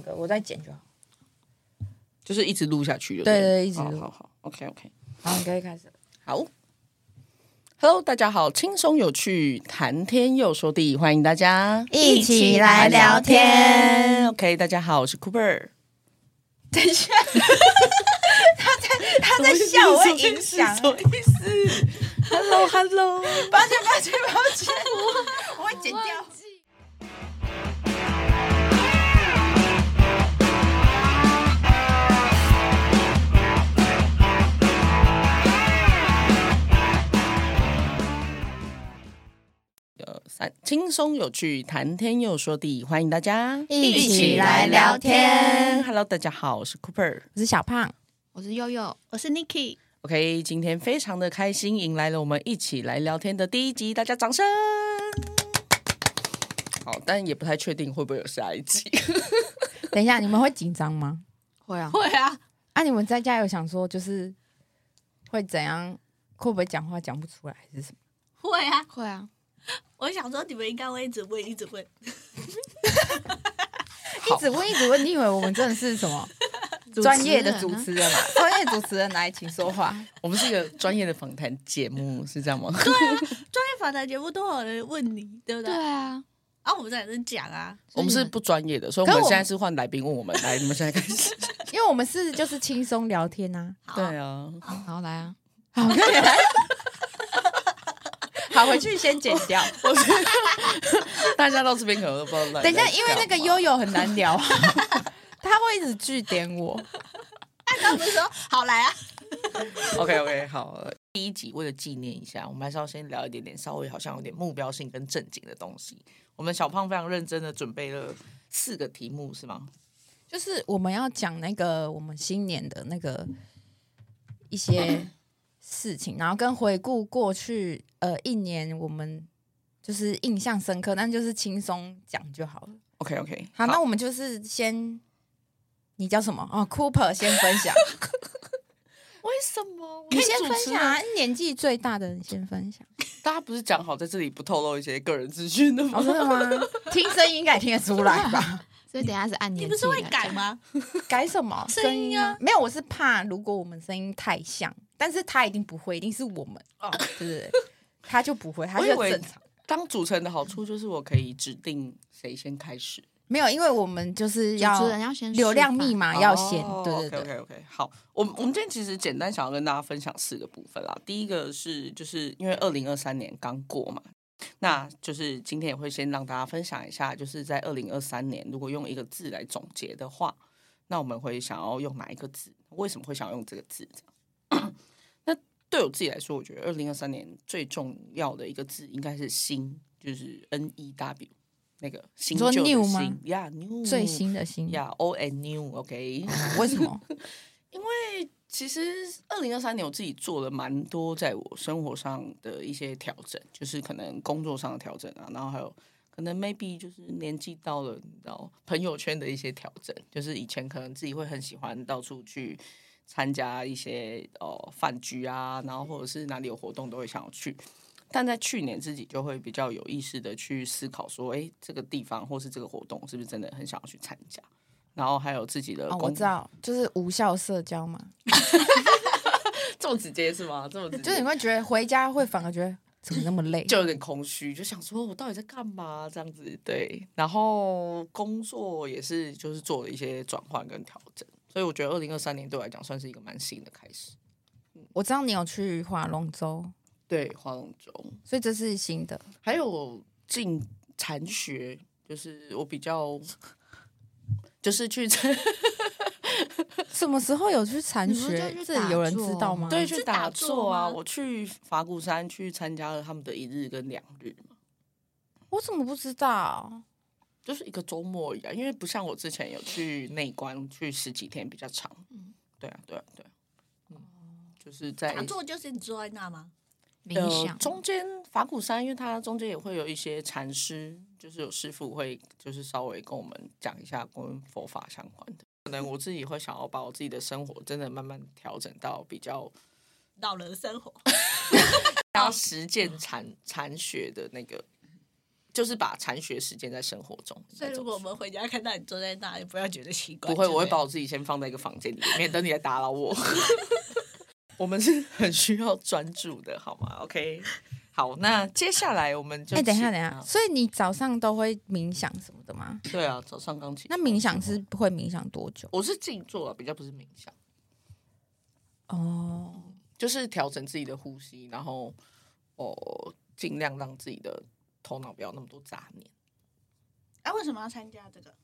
个，我再剪就好。 就是一直录下去就对对，一直录。 好 ，OK， 好，你可以开始。 好 ，Hello， 大家好，轻松有趣，谈天又说地，欢迎大家一起来聊天。 OK， 大家好，我是 Cooper。 等一下，他在笑，我会影响。 什么意思？Hello， 抱歉，我会剪掉。 轻松有趣，谈天又说地，欢迎大家一起来聊天。 Hello， 大家好，我是 Cooper， 我是小胖， 我是悠悠，我是 Niki。 OK， 今天非常的开心，迎来了我们一起来聊天的第一集，大家掌声。好，但也不太确定会不会有下一集。 等一下，你们会紧张吗？ 会啊， 会啊。 啊，你们在家有想说就是会怎样？会不会讲话讲不出来还是什么？ 会啊， 会啊。 我想说你们应该会一直问， 一直问，你以为我们真的是什么专业的主持人吗？专业主持人来，请说话。 我们是一个专业的访谈节目，是这样吗？ 对啊，专业访谈节目都有人问你，对不对？ 对啊， 啊，我们在这讲啊， 我们是不专业的，所以我们现在是换来宾问我们。来，你们现在开始。 因为我们是就是轻松聊天啊。 对啊， 好来啊， 好，可以来。好，回去先剪掉。 大家到这边可能都不知道。 等一下，因为那个悠悠很难聊，他会一直句点我。 他刚不是说好来啊 ？OK， 好。第一集为了纪念一下，我们还是要先聊一点点稍微好像有点目标性跟正经的东西。我们小胖非常认真的准备了4个题目，是吗？ 就是我们要讲那个我们新年的那个一些事情，然后跟回顾过去一年我们就是印象深刻，但就是轻松讲就好了。 OK， 好，那我们就是先，你叫什么？哦 ，Cooper 先分享。 为什么？ 你先分享啊！年纪最大的人先分享。 大家不是讲好在这里不透露一些个人资讯的吗？ 真的吗？听声音应该也听得出来吧？ 所以等一下是按年纪。 你不是会改吗？ 改什么声音啊？ 没有，我是怕如果我们声音太像，但是他一定不会，一定是我们，对不对？他就不会，他就正常。 当主持人的好处就是我可以指定谁先开始。 没有，因为我们就是要主持人要先流量密码要先，对。 OK， 好，我们今天其实简单想要跟大家分享4个部分啦。第一个是就是因为2023年刚过嘛，那就是今天也会先让大家分享一下，就是在2023年如果用一个字来总结的话，那我们会想要用哪一个字？为什么会想要用这个字？那对我自己来说，我觉得2023年最重要的一个字应该是新，就是 NEW。那个新旧的新 new 吗 ？new 最新的新 ，old and new，OK？ 为什么？ 因为其实2023年我自己做了蛮多在我生活上的一些调整，就是可能工作上的调整啊，然后还有可能 maybe 就是年纪到了，你知道朋友圈的一些调整，就是以前可能自己会很喜欢到处去参加一些饭局啊，然后或者是哪里有活动都会想要去。但在去年自己就会比较有意识的去思考说，这个地方或是这个活动是不是真的很想要去参加，然后还有自己的我知道，就是无效社交嘛。 这么直接是吗？这么直接， 就是你会觉得回家会反而觉得怎么那么累， 就有点空虚，就想说我到底在干嘛这样子。对，然后工作也是就是做了一些转换跟调整，所以我觉得2023年对我来讲算是一个蛮新的开始。 我知道你有去划龙舟。 对，划龙舟， 所以这是新的。 还有进禅学，就是我比较，就是去什么时候有去禅学？这里有人知道吗？ 对，去打坐啊！我去法鼓山去参加了他们的1日跟2日嘛。 我怎么不知道？ 就是一个周末而已啊，因为不像我之前有去内观去10几天比较长。对啊，就是在打坐，就是你坐在那吗？ 中间法鼓山，因为它中间也会有一些禅师，就是有师傅会就是稍微跟我们讲一下跟佛法相关的。可能我自己会想要把我自己的生活真的慢慢调整到比较老人生活， 要实践禅学的那个， 就是把禅学实践在生活中。 所以如果我们回家看到你坐在那里，不要觉得奇怪。 不会，我会把我自己先放在一个房间里，免得你来打扰我。我们是很需要专注的，好吗 ？OK， 好，那接下来我们就等一下，所以你早上都会冥想什么的吗？ 对啊，早上刚起。 那冥想是会冥想多久？ 我是静坐啊，比较不是冥想。 哦， 就是调整自己的呼吸，然后尽量让自己的头脑不要那么多杂念。 为什么要参加这个？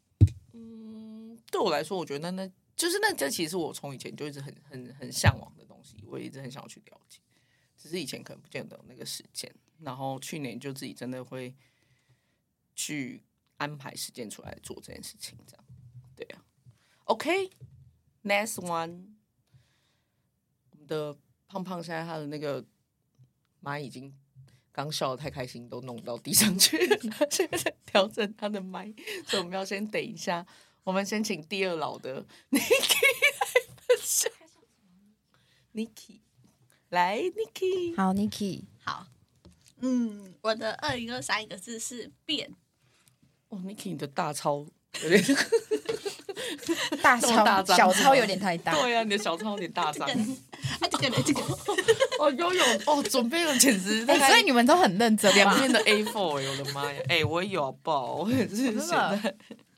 对我来说，我觉得那这其实是我从以前就一直很向往的东西，我也一直很想要去了解，只是以前可能不见得有那个时间。然后去年就自己真的会去安排时间出来做这件事情，这样对啊。OK，next one， 我们的胖胖现在他的那个麦已经刚笑得太开心，都弄到地上去了，他现在在调整他的麦，所以我们要先等一下。我们先请第二老的 Niki 来分享。Niki， 来 Niki， 好 Niki， 好，我的2023个字是变。 哦 ，Niki 你的大超有点大超小超有点太大， 对啊，你的小超有点大张。 这个， 哦，游泳哦，准备了简直所以你们都很认真吧 2面的 A4， 我的妈呀！我也有好不好？我也是现在。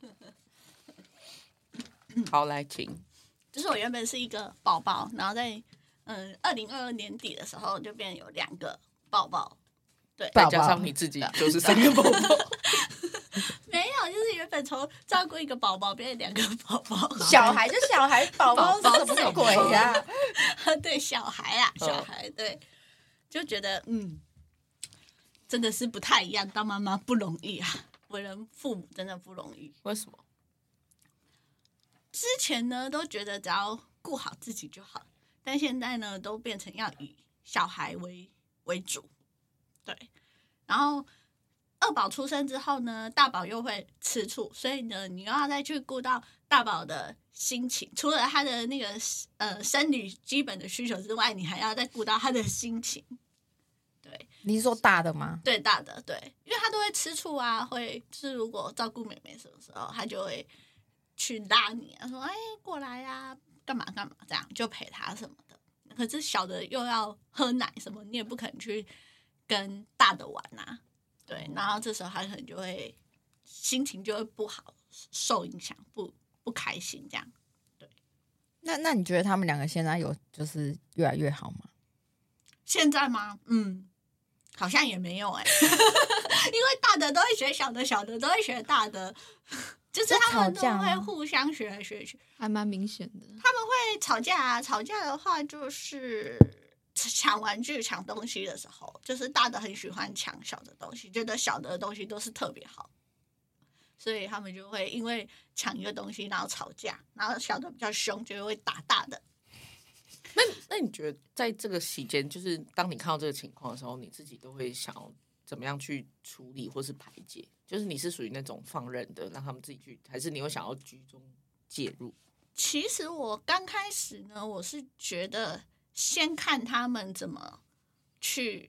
好，来请。 就是我原本是一个宝宝，然后在2022年底的时候就变有2个宝宝，对， 再加上你自己就是3个宝宝。 没有，就是原本从照顾一个宝宝变成2个宝宝， 小孩就小孩，宝宝是什么鬼呀？ 对，小孩啊，小孩，对，就觉得真的是不太一样，当妈妈不容易啊，为人父母真的不容易。 为什么？ 之前呢都觉得只要顾好自己就好，但现在呢都变成要以小孩为主，对。然后2宝出生之后呢，大宝又会吃醋，所以呢你又要再去顾到大宝的心情，除了他的那个生理基本的需求之外，你还要再顾到他的心情。对， 你是说大的吗？ 对，大的，对，因为他都会吃醋啊，会就是如果照顾妹妹什么时候，他就会去拉你啊，说过来啊，干嘛干嘛，这样就陪他什么的。可是小的又要喝奶什么，你也不可能去跟大的玩啊，对。然后这时候他可能就会心情就会不好，受影响，不开心这样。对。 那你觉得他们2个现在有就是越来越好吗？ 现在吗？好像也没有因为大的都会学小的，小的都会学大的。就是他们都会互相学来学去， 还蛮明显的。 他们会吵架啊，吵架的话就是抢玩具、抢东西的时候，就是大的很喜欢抢小的东西，觉得小的东西都是特别好，所以他们就会因为抢一个东西然后吵架，然后小的比较凶，就会打大的。 那你觉得在这个期间，就是当你看到这个情况的时候，你自己都会想要怎么样去处理或是排解？就是你是属于那种放任的，让他们自己去，还是你会想要居中介入？ 其实我刚开始呢，我是觉得先看他们怎么去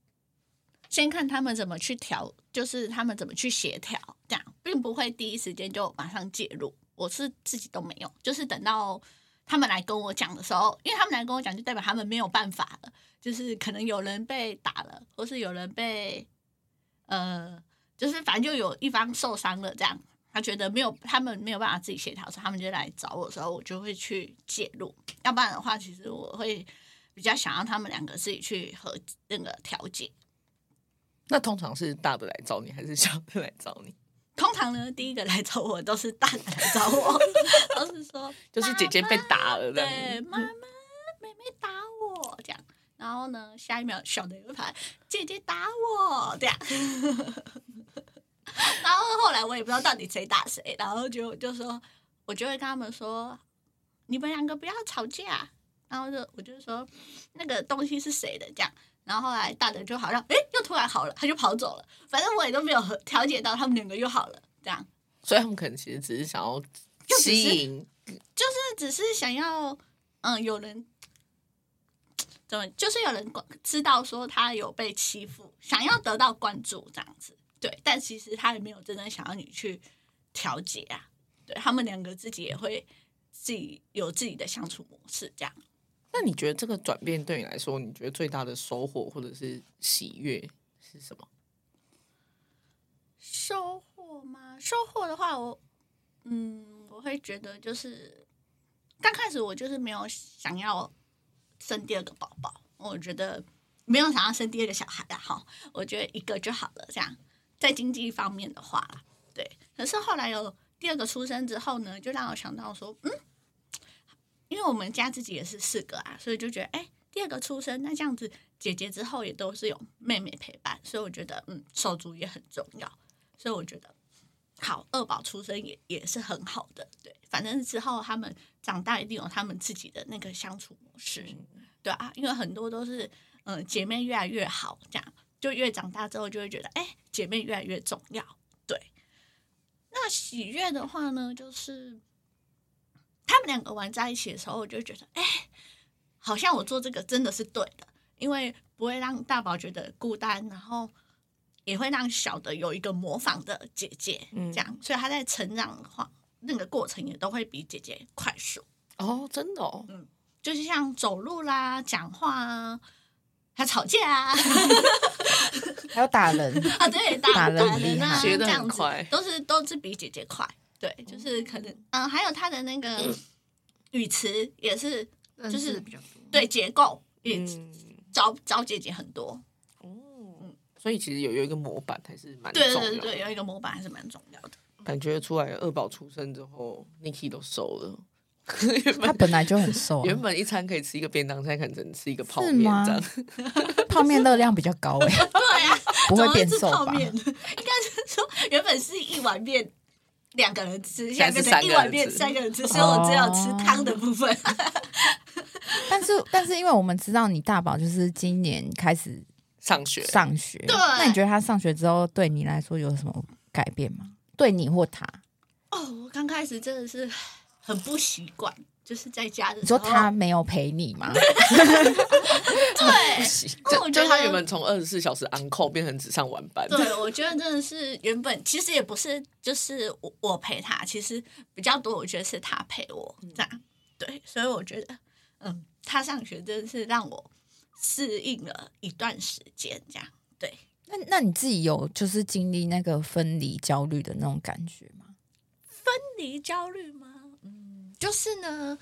调，就是他们怎么去协调，这样并不会第一时间就马上介入。我是自己都没有，就是等到他们来跟我讲的时候，因为他们来跟我讲，就代表他们没有办法了，就是可能有人被打了，或是有人被就是反正就有一方受伤了，这样他觉得他们没有办法自己协调，所以他们就来找我的时候，我就会去介入。要不然的话，其实我会比较想让他们2个自己去那个调解。 那通常是大的来找你，还是小的来找你？ 通常呢，第一个来找我都是大的来找我，都是说就是姐姐被打了， 对，妈妈妹妹打我这样。然后呢，下一秒小的也会跑，姐姐打我这样。然后后来我也不知道到底谁打谁，然后就说，我就会跟他们说，你们2个不要吵架。然后我就说那个东西是谁的这样。然后后来大的就好像又突然好了，他就跑走了。反正我也都没有调解到，他们2个又好了这样。 所以他们可能其实只是想要吸引， 就是只是想要有人。就是有人知道说他有被欺负，想要得到关注这样子， 对，但其实他也没有真的想要你去调节啊。对，他们两个自己也会自己有自己的相处模式，这样。 那你觉得这个转变对你来说，你觉得最大的收获或者是喜悦是什么？ 收获吗？收获的话，我会觉得就是刚开始我就是没有想要生第二个宝宝，我觉得没有想要生第二个小孩哈，我觉得一个就好了。这样在经济方面的话，对。可是后来有第二个出生之后呢，就让我想到说，因为我们家自己也是4个啊，所以就觉得第二个出生，那这样子姐姐之后也都是有妹妹陪伴，所以我觉得手足也很重要。所以我觉得好，2宝出生也是很好的，对，反正之后他们长大一定有他们自己的那个相处模式，对啊，因为很多都是姐妹越来越好，这样就越长大之后就会觉得姐妹越来越重要，对。那喜悦的话呢，就是他们2个玩在一起的时候，我就觉得好像我做这个真的是对的，因为不会让大宝觉得孤单，然后也会让小的有一个模仿的姐姐，这样，所以他在成长的话，那个过程也都会比姐姐快速。 哦，真的哦， 就是像走路啦、讲话啊，还吵架啊， 还有打人啊，对， 打人很厉啊， 害学得这样子很快， 都是比姐姐快。对，就是可能还有他的那个语词也是，就是比较多， 对结构也找姐姐很多。 所以其实有一个模板还是蛮重对要的。 对对，有一个模板还是蛮重要的。 感觉出来2宝出生之后 ，Niki 都瘦了。 他本来就很瘦、 原本一餐可以吃一个便当，现在可能只能吃一个泡是吗面这样。 泡面热量比较高对啊， 不会变怎瘦吧？ 么会是泡面应该是说原本是1碗面2个人吃， 现在是现在变成1碗面 3 3个人吃，所以我只有吃汤的部分。 但是因为我们知道你大宝就是今年开始上学， 对那你觉得他上学之后对你来说有什么改变吗？对你或他？ 我刚开始真的是很不习惯，就是在家的你时候， 说他没有陪你吗？ 对，我觉得就他原本从24小时 on call 变成只上晚班。 对，我觉得真的是原本其实也不是，就是我陪他，其实比较多，我觉得是他陪我这样。对，所以我觉得，他上学真的是让我适应了一段时间，这样。对， 那你自己有就是经历那个分离焦虑的那种感觉吗？ 分离焦虑吗？就是呢，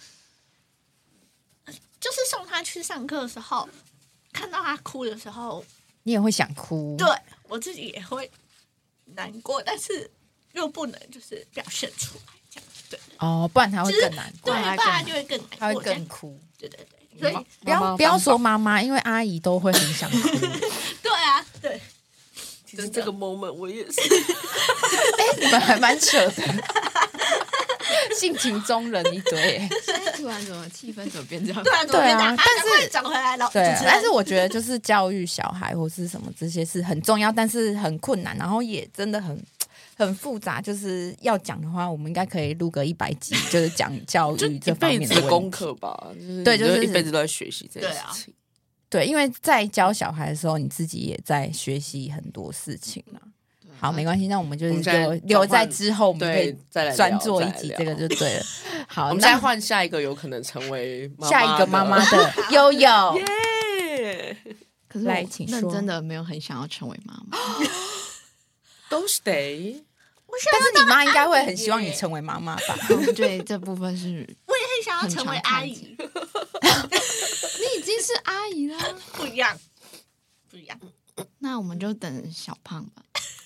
就是送他去上课的时候，看到他哭的时候， 你也会想哭？ 对我自己也会难过，但是又不能就是表现出来，这样对。 哦，不然他会更难过， 对，不然就会更难过， 他会更哭。 对对对，所以不要说妈妈，因为阿姨都会很想哭。 对啊，对， 其实这个 moment 我也是， 你们还蛮扯的，性情中人一堆。 突然怎么气氛怎么变这样？ 对啊， 对啊但是找回来了， 对， 主持人但是我觉得就是教育小孩或是什么这些是很重要，但是很困难，然后也真的很复杂。就是要讲的话，我们应该可以录个100集，就是讲教就一育这方辈子的面问题功课吧。就是对就是你一辈子都在学习这件事情。 对，因为在教小孩的时候，你自己也在学习很多事情嘛。好，没关系，那我们就是留在之后，我们可以再来专做一集这个就对了。好， 我们再换下一个有可能成为下一个妈妈的悠悠。 耶， 可是我来请说认真的没有很想要成为妈妈。 都是得。 但是你妈应该会很希望你成为妈妈吧？ 对，这部分是我也很想要成为阿姨， 你已经是阿姨了， 不一样，不一样。 那我们就等小胖吧。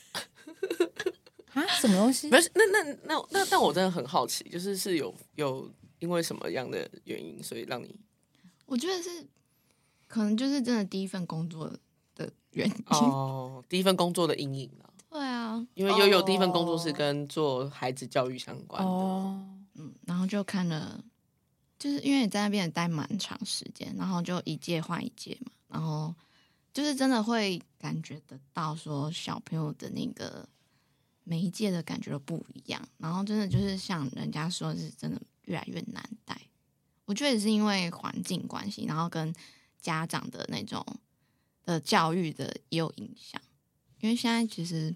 啊，什么东西？ 不是，那我真的很好奇，就是有因为什么样的原因，所以让你我觉得是可能就是真的第一份工作的原因。 第一份工作的阴影啊。 对啊， 因为悠悠第一份工作是跟做孩子教育相关的。 然后就看了，就是因为你在那边也待蛮长时间，然后就一届换一届嘛，然后就是真的会感觉得到说小朋友的那个每一届的感觉都不一样，然后真的就是像人家说是真的越来越难带。我觉得也是因为环境关系，然后跟家长的那种的教育的也有影响，因为现在其实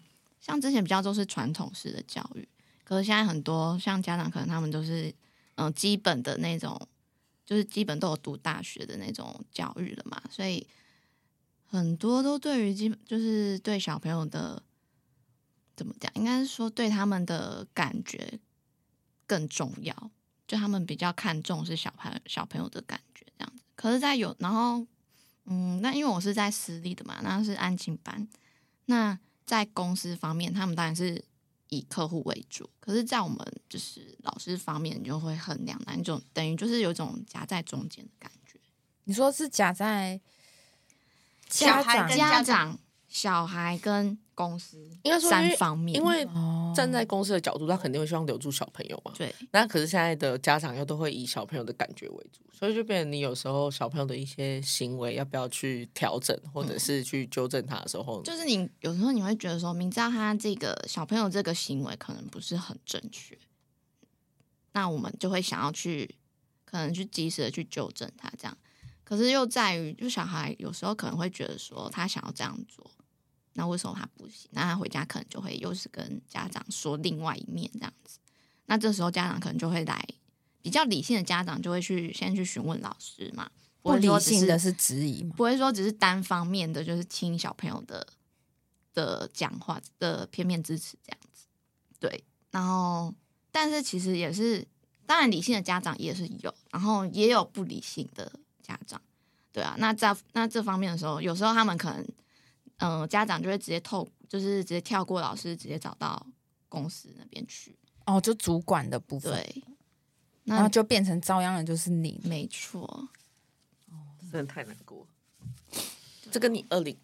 像之前比较都是传统式的教育，可是现在很多像家长可能他们都是基本的那种，就是基本都有读大学的那种教育了嘛，所以很多都对于就是对小朋友的怎么讲，应该是说对他们的感觉更重要，就他们比较看重是小朋友的感觉这样子。可是然后那因为我是在私立的嘛，那是安亲班，那在公司方面，他们当然是以客户为主，可是，在我们就是老师方面，你就会很两难，就等于就是有一种夹在中间的感觉。 你说是夹在小孩跟家长、小孩跟公司应该说三方面， 因为哦站在公司的角度，他肯定会希望留住小朋友嘛。 对那可是现在的家长又都会以小朋友的感觉为主，所以就变成你有时候小朋友的一些行为要不要去调整，或者是去纠正他的时候， 就是你有时候你会觉得说，明知道他这个小朋友这个行为可能不是很正确，那我们就会想要可能去及时的去纠正他这样。可是又在于，就小孩有时候可能会觉得说，他想要这样做，那为什么他不行？那他回家可能就会又是跟家长说另外一面这样子。那这时候家长可能就会来，比较理性的家长就会先去询问老师嘛， 不理会说只性的是质疑嘛？ 不会说只是单方面的，就是听小朋友的讲话的片面支持这样子。对，然后但是其实也是，当然理性的家长也是有，然后也有不理性的家长。对啊，那这方面的时候，有时候他们可能家长就会直接就是直接跳过老师，直接找到公司那边去。 哦，就主管的部分， 对， 然后就变成遭殃的就是你。 没错。 真的太难过了。这跟你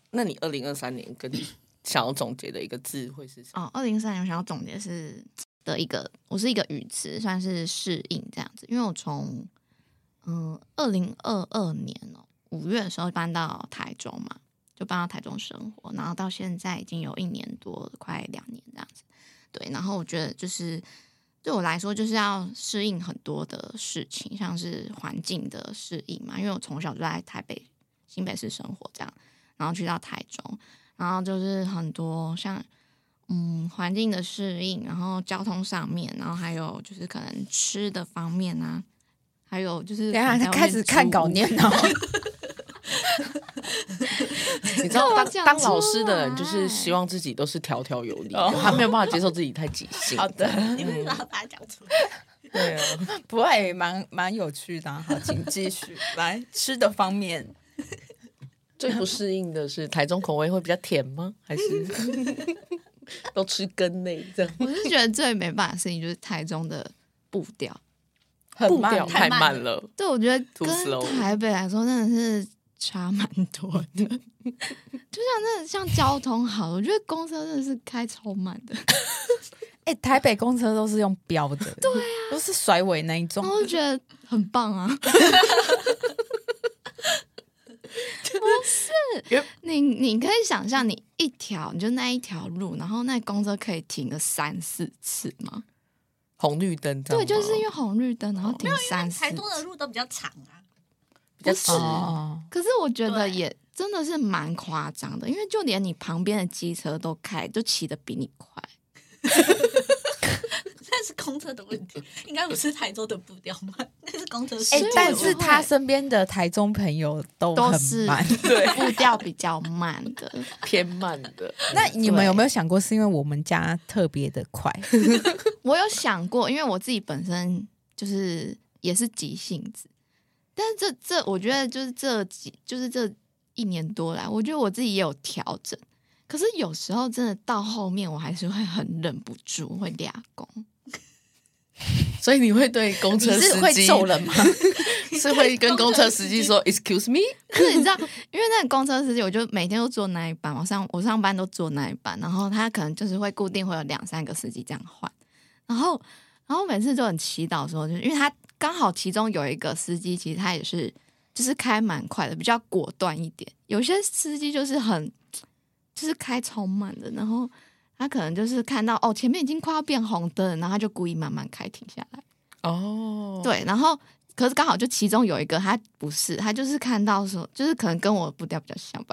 2023年跟你想要总结的一个字会是什么？ 2023年我想要总结我是一个语词，算是适应这样子，因为我从2022年5月的时候搬到台中嘛，就搬到台中生活，然后到现在已经有1年多，快2年这样子。对，然后我觉得就是对我来说，就是要适应很多的事情，像是环境的适应嘛，因为我从小就在新北市生活这样，然后去到台中，然后就是很多像环境的适应，然后交通上面，然后还有就是可能吃的方面啊，还有就是等一下开始看稿念哦。 你知道我讲当老师的人出来就是希望自己都是条条有理的，他没有办法接受自己太即兴。 好的， 你为什么要把它讲出来？ 对啊， 不会，蛮有趣的啊。好，请继续来吃的方面。 最不适应的是台中口味会比较甜吗？还是都吃根类这样？ 我是觉得最没办法的事情就是台中的步调， 步很慢调太太慢慢了。 对我觉得 Too 跟 slow 台北来说真的是差蛮多的。就像交通好，我觉得公车真的是开超慢的， 哎、台北公车都是用标的，对啊，都是甩尾那一种然。后就觉得很棒啊。不是你可以想象，你就那一条路，然后那公车可以停个3-4次吗？ 红绿灯这样对， 吗就是因为红绿灯，然后停3-4 台东的次。 路都比较长啊。 比较直。 哦， 可是我觉得对也真的是蛮夸张的，因为就连你旁边的机车都骑得比你快。 那是公车的问题，应该不是台州的步调慢，那是公车哎、 速度的但问题。 是他身边的台中朋友都很都是慢。 步调比较慢的。 偏慢的。 那你们有没有想过，是因为我们家特别的快？ 我有想过，因为我自己本身就是也是急性子，但是我觉得就是这1年多来，我觉得我自己也有调整。可是有时候真的到后面，我还是会很忍不住会俩公。 所以你会对公车你是会司机揍人吗？ 是会跟公车司机说 “excuse me”？ 可是你知道，因为那个公车司机，我就每天都坐那一班，我上班都坐那一班，然后他可能就是会固定会有2-3个司机这样换，然后每次都很祈祷说，就是因为他刚好其中有一个司机，其实他也是就是开蛮快的，比较果断一点。有些司机就是开超慢的，然后他可能就是看到前面已经快要变红灯了，然后他就故意慢慢开停下来。 哦， 对，然后可是刚好就其中有一个他不是，他就是看到说，就是可能跟我步调比较像吧，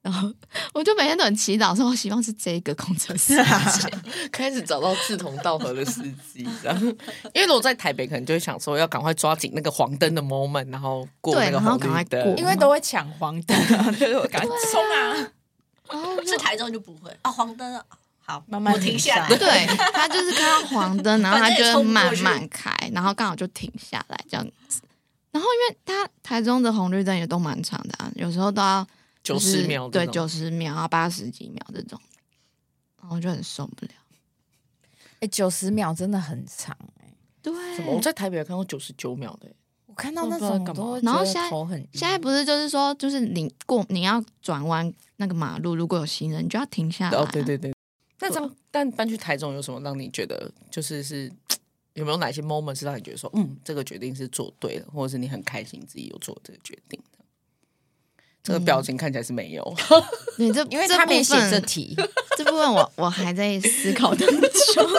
然后我就每天都很祈祷，说我希望是这个公车司机。 开始找到志同道合的司机，这样。因为如果在台北，可能就会想说要赶快抓紧那个黄灯的 moment， 然后过那个红绿灯， 因为都会抢黄灯，就是我赶快冲啊！ 是台中就不会啊，黄灯了。好， 慢慢我停下来。 对，他就是看到黄灯，然后他就会慢慢开，然后刚好就停下来这样子。然后因为他台中的红绿灯也都蛮长的啊，有时候都要 90秒， 对，90秒啊，80几秒这种，然后就很受不了。 90秒真的很长对， 什么？我在台北有看过99秒的， 我看到那种都会然后觉得头很晕。 现在不是就是说，就是你要转弯那个马路，如果有行人，你就要停下来。 哦，对对对。那这样，但搬去台中有什么让你觉得就是有没有哪些 moment 是让你觉得说，这个决定是做对了，或者是你很开心自己有做这个决定的？这个表情看起来是没有， 你因为他没写这题， 这部分我还在思考当中。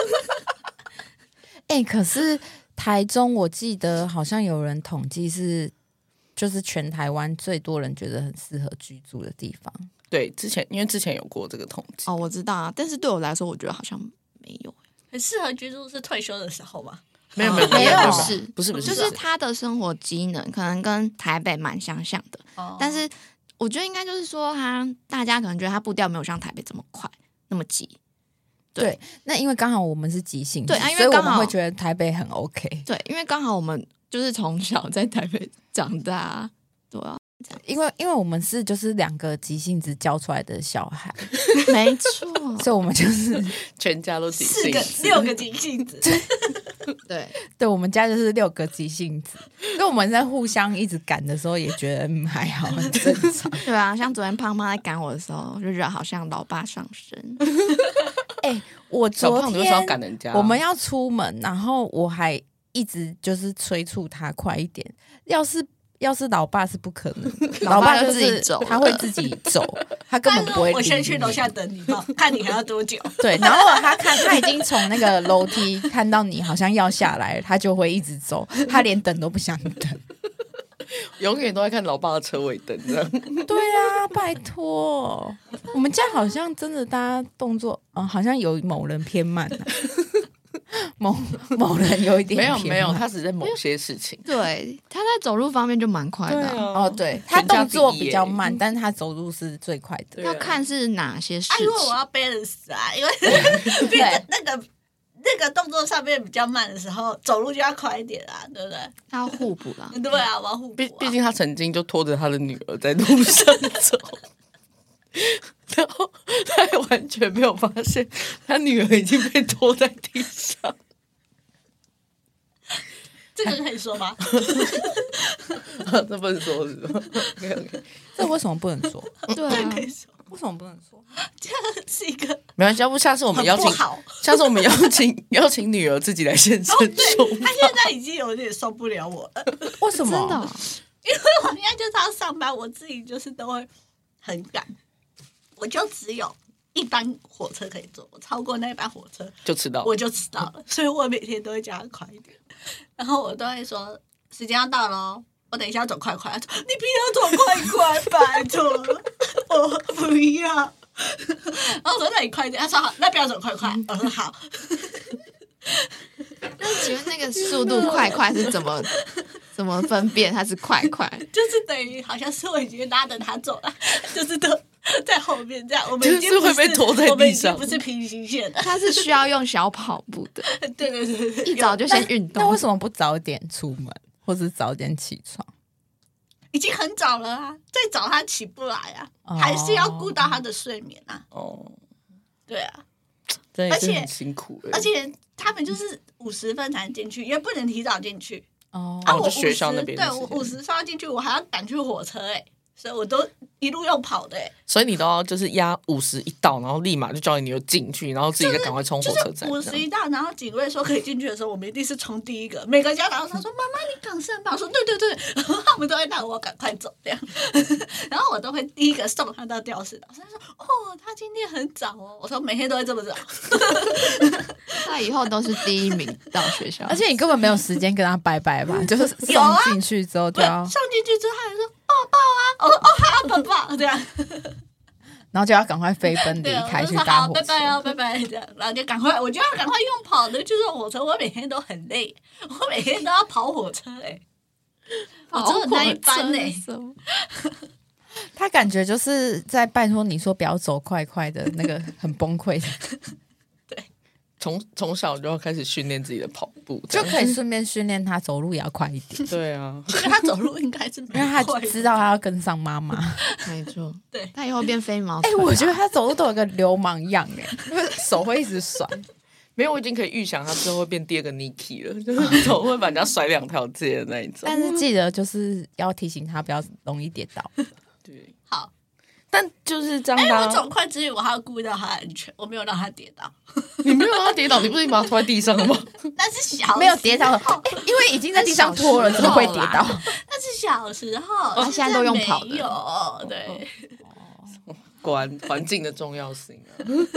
可是台中我记得好像有人统计是，就是全台湾最多人觉得很适合居住的地方。 对，因为之前有过这个统计。 哦，我知道啊，但是对我来说，我觉得好像没有。 很适合居住是退休的时候吗？ 没有，不是， 就是他的生活机能可能跟台北蛮相像的，但是我觉得应该就是说大家可能觉得他步调没有像台北这么快，那么急。 对，那因为刚好我们是急性子， 对啊，因所以我为刚好们会觉得台北很 OK。 对，因为刚好我们就是从小在台北长大，对啊， 因为我们是就是2个急性子教出来的小孩， 没错， 所以我们就是全家都急性子 6个急性子。 对， 我们家就是6个急性子，所以我们在互相一直赶的时候也觉得还好，很正常。 对啊，像昨天胖胖在赶我的时候，就觉得好像老爸上身。 我昨小胖就是要天赶人家， 我们要出门，然后我还一直就是催促他快一点。要是老爸是不可能，老爸就自己走， 他会自己走，他根本不会理你。 我先去楼下等你哈，看你还要多久。 对，然后他已经从那个楼梯看到你好像要下来了，他就会一直走，他连等都不想等。 永远都在看老爸的车尾灯，这样。 对啊，拜托，我们家好像真的大家动作，好像有某人偏慢啊。某人有一点没有，他只在某些事情。 对，他在走路方面就蛮快的。 对，他动作比较慢，但是他走路是最快的。 要看是哪些事情。 因为我要 balance 啊，因为那个动作上面比较慢的时候，走路就要快一点啊，对不对？ 他要互补啦。 对啊，我要互补。 毕竟他曾经就拖着他的女儿在路上走。然后他还完全没有发现他女儿已经被拖在地上。 这个可以说吗？ 这不能说是吗？ OK， 这为什么不能说？ 对啊， 可以说， 为什么不能说？ 这是一个没关系，要不下次我们邀请很不好， 下次我们邀请女儿自己来现身说法。 他现在已经有点受不了我了。 为什么？ 真的哦， 因为我现在就是要上班，我自己就是都会很赶，我就只有一班火车可以坐，我超过那一班火车就迟到， 我就迟到了，所以我每天都会叫他快一点，然后我都会说时间要到了哦，我等一下要走快快。他说你不要走快快，拜托，我不要。然后我说那你快点，他说好，那不要走快快。我说好。 那请问那个速度快是怎么分辨它是快？ 就是等于好像是我已经拉着他走了，就是都在后面这样，我们已经就是会被拖在地上， 我们已经不是平行线了。 它是需要用小跑步的， 对， 一早就先运动。 那为什么不早点出门，或是早点起床？ 已经很早了啊，再早他起不来啊，还是要顾到他的睡眠啊。对啊， 真的是很辛苦而且他们就是50分才能进去，因为不能提早进去。 我学校那边对，我50分要进去，我还要赶去火车所以我都一路用跑的所以你都要就是压50一到，然后立马就叫你女儿进去，然后自己再赶快冲火车站。 50一到，然后警卫说可以进去的时候，我们一定是冲第一个。每个家长都说：“妈妈，你赶上吧。”我说：“对。”然后他们都会让我赶快走这样，然后我都会第一个送他到教室。老师说：“哦，他今天很早哦。”我说：“每天都会这么早。” 他以后都是第一名到学校， 而且你根本没有时间跟他拜拜吧？就是送进去之后就要上进去之后，他还说：“抱抱啊！”我说：“哦，好，抱抱。”这样。 然后就要赶快飞奔离对， 开去我就说好， 搭火车。 拜拜哦，拜拜这样，然后就赶快，我就要赶快用跑的去坐火车。我每天都很累，我每天都要跑火车我只有那一班他感觉就是在拜托你说不要走快快的那个很崩溃的， 从小就要开始训练自己的跑步，这样就可以顺便训练他走路也要快一点， 对啊， 因为他走路应该是因为他知道他要跟上妈妈。 没错， 对他以后变飞毛哎、 腿啊。 我觉得他走路都有个流氓样哎、就是手会一直甩。 没有，我已经可以预想他之后会变第二个 Niki 了，就是走会把人家甩2条街的那一种。 但是记得就是要提醒他不要容易跌倒。 对， 好。 但就是这样哎， 他， 我走快之余，我还要顾虑到他的安全，我没有让他跌倒。 你没有让他跌倒，你不是把他拖在地上了吗？ 那是小没有跌倒，因为已经在地上拖了，怎么会跌倒？ 那是小时候， 他现在都用跑的没有对。 果然环境的重要性啊。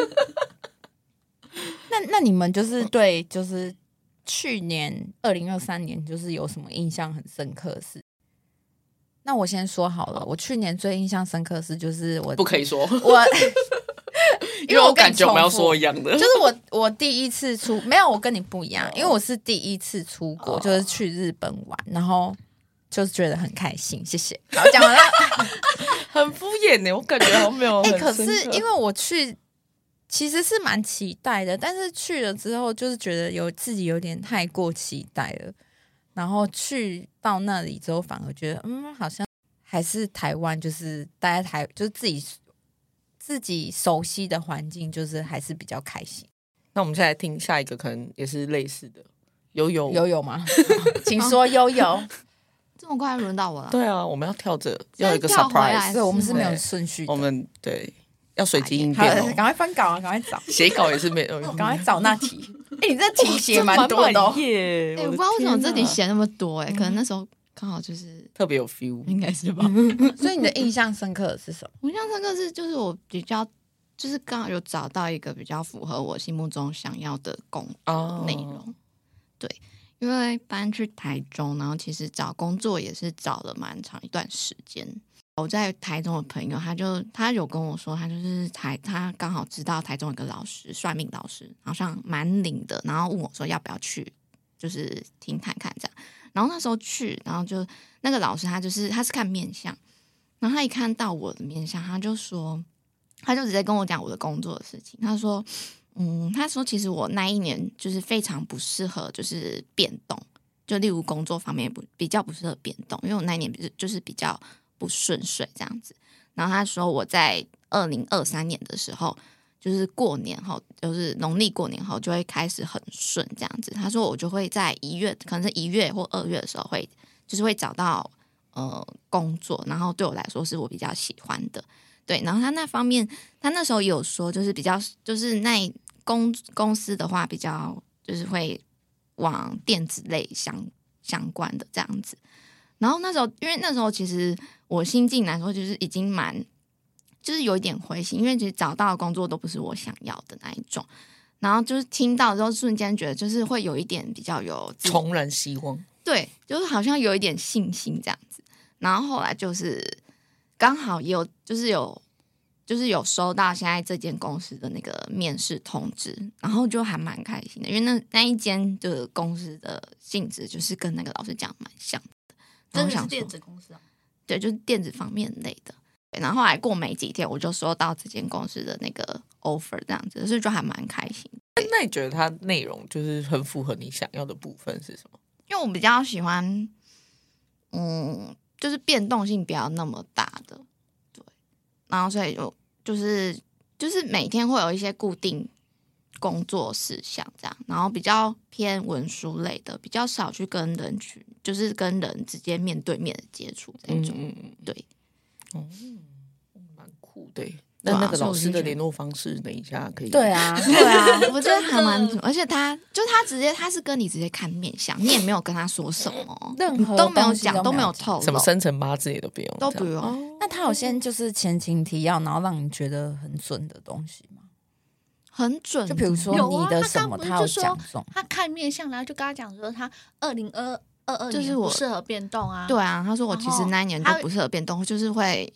那你们就是对就是去年2023年就是有什么印象很深刻的事？那我先说好了，我去年最印象深刻的事就是不可以说， 我因为我感觉我们要说一样的， 就是我第一次出没有，我跟你不一样，因为我是第一次出国，就是去日本玩，然后就是觉得很开心，谢谢。然后讲完了， 很敷衍呢，我感觉好像没有很深刻。 可是因为我去其实是蛮期待的，但是去了之后就是觉得自己有点太过期待了，然后去到那里之后反而觉得好像还是台湾，就是待在台就是自己熟悉的环境，就是还是比较开心。 那我们现在听下一个，可能也是类似的， 悠吗？请说悠。 这么快轮到我了？ 对啊，我们要跳着要有一个现在跳回来 surprise， 对，我们是没有顺序的。 我们对要随机应好， 变哦， 赶快翻稿啊，赶快找， 写稿也是没有， 赶快找那题。哎，你这题写蛮多的哦。 耶！ 哎，我不知道为什么这里写那么多可能那时候刚好就是特别有 feel。 应该是吧。 所以你的印象深刻的是什么？ 我印象深刻是就是我比较就是刚好有找到一个比较符合我心目中想要的工作内容。对，因为搬去台中，然后其实找工作也是找了蛮长一段时间。我在台中的朋友，他有跟我说，他刚好知道台中有个老师，算命老师，好像蛮灵的，然后问我说要不要去，就是听看看这样。然后那时候去，然后就那个老师他是看面相，然后他一看到我的面相，他就直接跟我讲我的工作的事情。他说其实我那一年就是非常不适合就是变动，就例如工作方面比较不适合变动，因为我那一年就是比较不顺遂这样子。然后他说我在2023年的时候，就是过年后，就是农历过年后就会开始很顺这样子。他说我就会在1月，可能是1月或2月的时候会找到工作，然后对我来说是我比较喜欢的。对，然后他那方面，他那时候有说，就是比较就是那公司的话，比较就是会往电子类相关的这样子。然后那时候，因为那时候其实我新进来说，就是已经就是有一点灰心，因为其实找到的工作都不是我想要的那一种。然后就是听到之后，瞬间觉得就是会有一点比较有重燃希望， 对，就是好像有一点信心这样子。然后后来就是刚好也有有收到现在这间公司的那个面试通知，然后就还蛮开心的，因为那一间的公司的性质就是跟那个老师讲蛮像的。 真的是电子公司啊？ 对，就是电子方面类的。然后后来过没几天，我就收到这间公司的那个 offer， 这样子，所以就还蛮开心。 那你觉得它内容就是很符合你想要的部分是什么？ 因为我比较喜欢，就是变动性不要那么大的，对。然后所以就是每天会有一些固定工作事项这样，然后比较偏文书类的，比较少去跟人就是跟人直接面对面的接触这种，对。 蛮酷的。那个老师的联络方式，等一下可以。 对啊， 我觉得还蛮，而且他是跟你直接看面相，你也没有跟他说什么， 任何都没有东西讲，都没有讲透露， 什么生辰八字也都不用， 都不用。 那他有先就是前情提要，然后让你觉得很准的东西吗？ 很准， 就比如说你的什么，他有讲中。 他看面相，然后就跟他讲说他2022 就是年不适合变动啊。 对啊，他说我其实那一年就不适合变动，就是会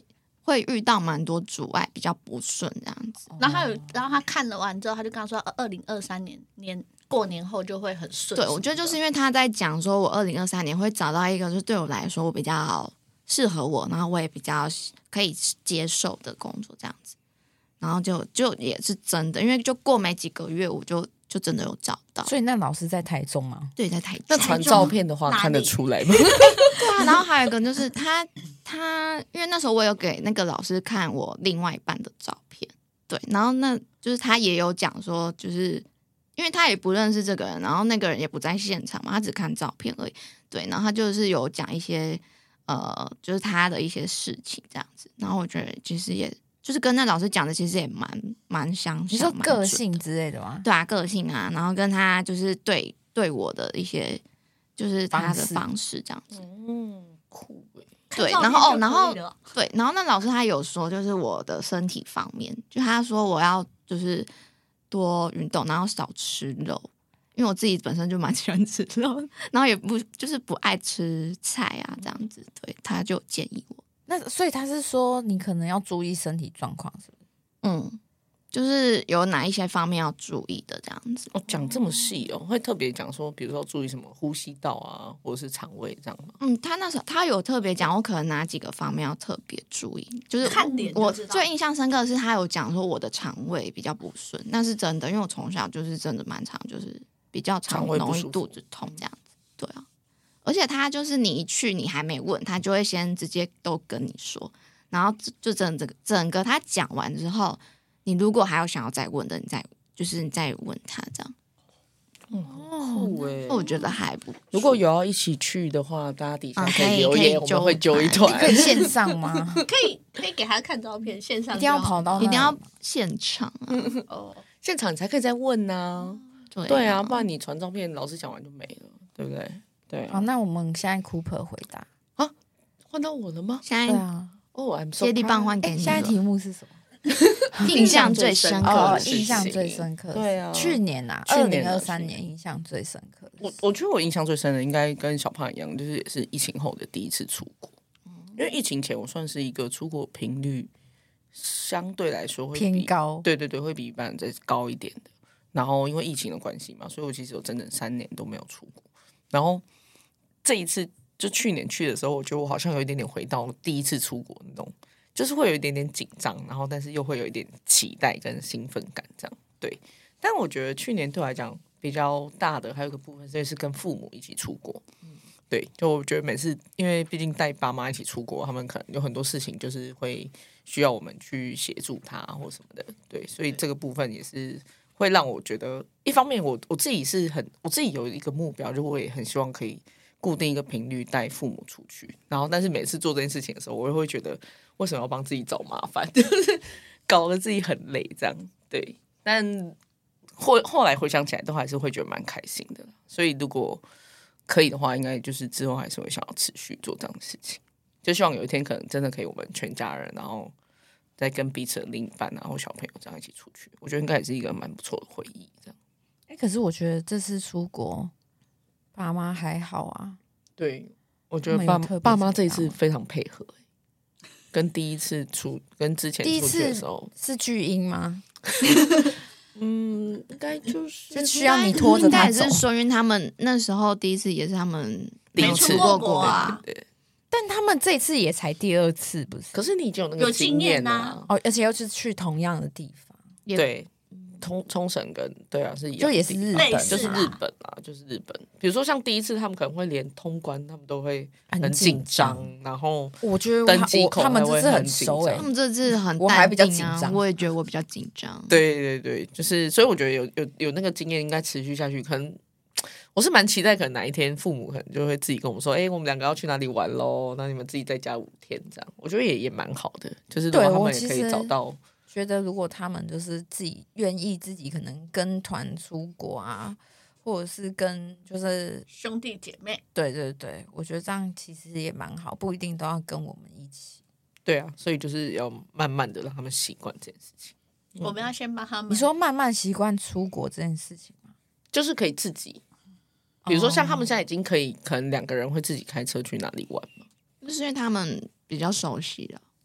会遇到蛮多阻碍，比较不顺这样子。 然后他看了完之后，他就跟他说，2023年过年后就会很顺。 对，我觉得就是因为他在讲说，我2023年会找到一个，就是对我来说我比较适合我，然后我也比较可以接受的工作这样子。然后就也是真的，因为就过没几个月，我就真的有找到。 所以那老师在台中吗？ 对，在台中。 那传照片的话哪里看得出来吗？ 对啊，然后还有一个就是他，因为那时候我有给那个老师看我另外一半的照片，对，然后那就是他也有讲说，就是因为他也不认识这个人，然后那个人也不在现场嘛，他只看照片而已，对，然后他就是有讲一些就是他的一些事情这样子，然后我觉得其实也就是跟那老师讲的其实也蛮相你说像， 个性之类的吗？ 对啊，个性啊，然后跟他就是对我的一些就是他的方式这样子。 酷欸对， 看照然后片就然后可以了对，然后那老师他有说，就是我的身体方面，就他说我要就是多运动，然后少吃肉，因为我自己本身就蛮喜欢吃肉，然后也不爱吃菜啊这样子，对，他就建议我， 那所以他是说你可能要注意身体状况，是不是？ 就是有哪一些方面要注意的这样子。 哦，讲这么细哦，会特别讲说，比如说注意什么呼吸道啊，或者是肠胃这样吗？ 他那时候他有特别讲，我可能哪几个方面要特别注意，就是看脸就我知道最印象深刻的是他有讲说我的肠胃比较不顺，那是真的，因为我从小就是真的蛮常就是比较常容易肠胃不舒服肚子痛这样子，对啊，而且他就是你一去你还没问，他就会先直接都跟你说，然后就整个他讲完之后，你如果还有想要再问的，你再问他这样， 酷欸我觉得还不错。 如果有要一起去的话，大家底下可以留言，我们会揪一团。 可以线上吗？ 可以给他看照片，线上一定要就好跑到那一定要现场啊， 哦。 现场你才可以再问呐、 对对啊，不然你传照片，老师讲完就没了，对不对？对好， 啊， 那我们现在 Cooper 回答。 换到我了吗？ 现在对啊， 哦，I'm so 接力棒 proud 换给你现在了题目是什么？ 印象最深刻哦的，事印象情最深刻的事。 对啊去年啊， 去年啊 2023年印象最深刻的事。 我觉得我印象最深的应该跟小胖一样，就是也是疫情后的第一次出国。因为疫情前我算是一个出国频率相对来说会比偏高对对对，会比一般人再高一点的。然后因为疫情的关系嘛，所以我其实有整整3年都没有出国。然后这一次就去年去的时候，我觉得我好像有一点点回到第一次出国那种，就是会有一点点紧张，然后但是又会有一点期待跟兴奋感这样。对，但我觉得去年对我来讲比较大的还有一个部分，就是跟父母一起出国。对，就我觉得每次，因为毕竟带爸妈一起出国，他们可能有很多事情就是会需要我们去协助他或什么的。对，所以这个部分也是会让我觉得，一方面我自己我自己有一个目标，就我也很希望可以固定一个频率带父母出去。然后，但是每次做这件事情的时候，我也会觉得为什么要帮自己找麻烦，就是搞得自己很累这样。对，但后来回想起来，都还是会觉得蛮开心的。所以如果可以的话，应该就是之后还是会想要持续做这样的事情，就希望有一天可能真的可以我们全家人，然后再跟彼此的另一半然后小朋友这样一起出去，我觉得应该也是一个蛮不错的回忆。这样， 可是我觉得这次出国，爸妈还好啊。 对，我觉得他们有特别爸妈这一次怎么样吗非常配合、跟第一次跟之前出去第一次的时候， 是巨婴吗？ 应该就是需要你拖着他走应该也是。说，因为他们那时候第一次也是他们第一次没有出过出国啊对。 但他们这次也才第2次，不是？ 可是你已经有那个有经验了啊哦，而且又是去同样的地方， 也对，冲绳跟对啊是一样的就也是日本， 类似啦就是日本啊，就是日本。比如说像第一次，他们可能会连通关，他们都会很很紧紧张张，然后我觉得登机口他们还会这次很紧熟哎、 张他们这次很我还比较淡定啊紧张我也觉得我比较紧张。 对对对，就是所以我觉得有那个经验应该持续下去，可能。我是蛮期待，可能哪一天父母可能就会自己跟我们说：“我们2个要去哪里玩喽？那你们自己在家5天这样。”我觉得也蛮好的，就是如果对他们也可以我其实找到觉得如果他们就是自己愿意自己可能跟团出国啊，或者是跟就是兄弟姐妹， 对对对，我觉得这样其实也蛮好，不一定都要跟我们一起。 对啊，所以就是要慢慢的让他们习惯这件事情。 我们要先帮他们。 你说慢慢习惯出国这件事情吗？ 就是可以自己，比如说像他们现在已经可能2个人会自己开车去哪里玩嘛。 就是因为他们比较熟悉了。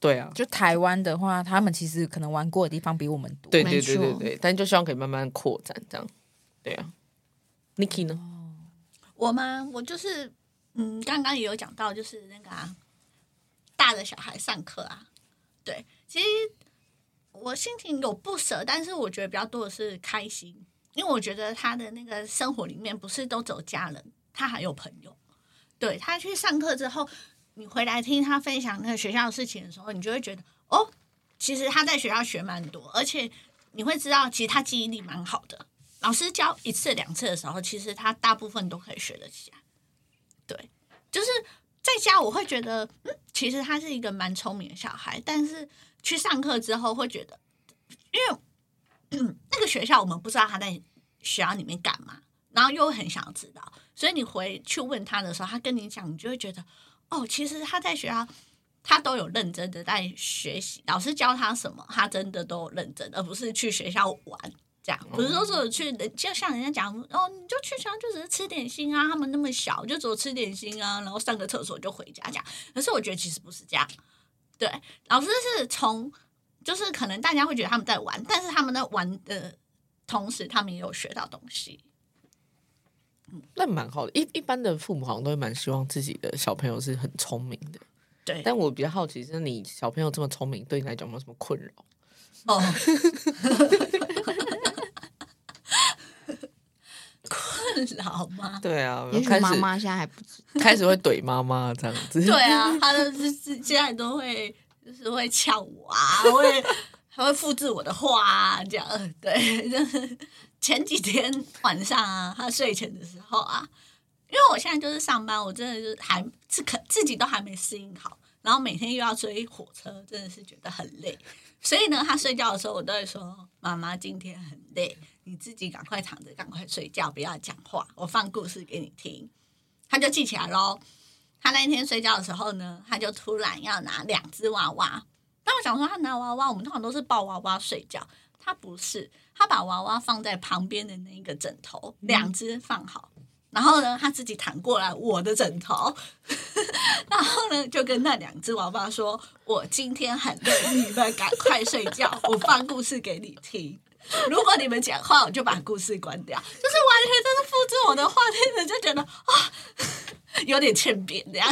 对啊， 就台湾的话，他们其实可能玩过的地方比我们多。 对对对没错对对，但就希望可以慢慢扩展这样。对啊，Niki 呢？ 我吗？我就是刚刚也有讲到，就是那个大的小孩上课啊，对，其实我心情有不舍，但是我觉得比较多的是开心，因为我觉得他的那个生活里面不是都只有家人，他还有朋友。对，他去上课之后，你回来听他分享那个学校的事情的时候，你就会觉得哦，其实他在学校学蛮多，而且你会知道，其实他记忆力蛮好的。老师教1次2次的时候，其实他大部分都可以学得起来。对，就是在家我会觉得，其实他是一个蛮聪明的小孩，但是去上课之后会觉得，因为那个学校我们不知道他在学校里面干嘛，然后又很想要知道，所以你回去问他的时候，他跟你讲，你就会觉得，哦，其实他在学校他都有认真的在学习，老师教他什么，他真的都有认真，而不是去学校玩。这样不是说去，就像人家讲哦，你就去学校就只是吃点心啊，他们那么小就只有吃点心啊，然后上个厕所就回家这样。可是我觉得其实不是这样，对，老师是从就是可能大家会觉得他们在玩，但是他们在玩的同时，他们也有学到东西。 那蛮好的。一般的父母好像都会蛮希望自己的小朋友是很聪明的。 对， 但我比较好奇，是你小朋友这么聪明，对你来讲有没有什么困扰？ 哦，困扰吗？ 对啊， 也许开始妈妈现在还不知道。 开始会怼妈妈这样子。 对啊，他就是现在都会就是会呛我啊，还会复制我的话啊，这样对。就是前几天晚上啊，他睡前的时候啊，因为我现在就是上班，我真的就是自己都还没适应好，然后每天又要追火车，真的是觉得很累。所以呢，他睡觉的时候，我都会说：“妈妈今天很累，你自己赶快躺着，赶快睡觉，不要讲话，我放故事给你听。”他就记起来咯。他那一天睡觉的时候呢，他就突然要拿2只娃娃。那我想说，他拿娃娃，我们通常都是抱娃娃睡觉，他不是，他把娃娃放在旁边的那一个枕头，2只放好。然后呢，他自己躺过来我的枕头，然后呢，就跟那2只娃娃说：“我今天很累，你们赶快睡觉，我放故事给你听。如果你们讲话，我就把故事关掉。”就是完全就是复制我的话，听着就觉得啊，有点欠扁这样。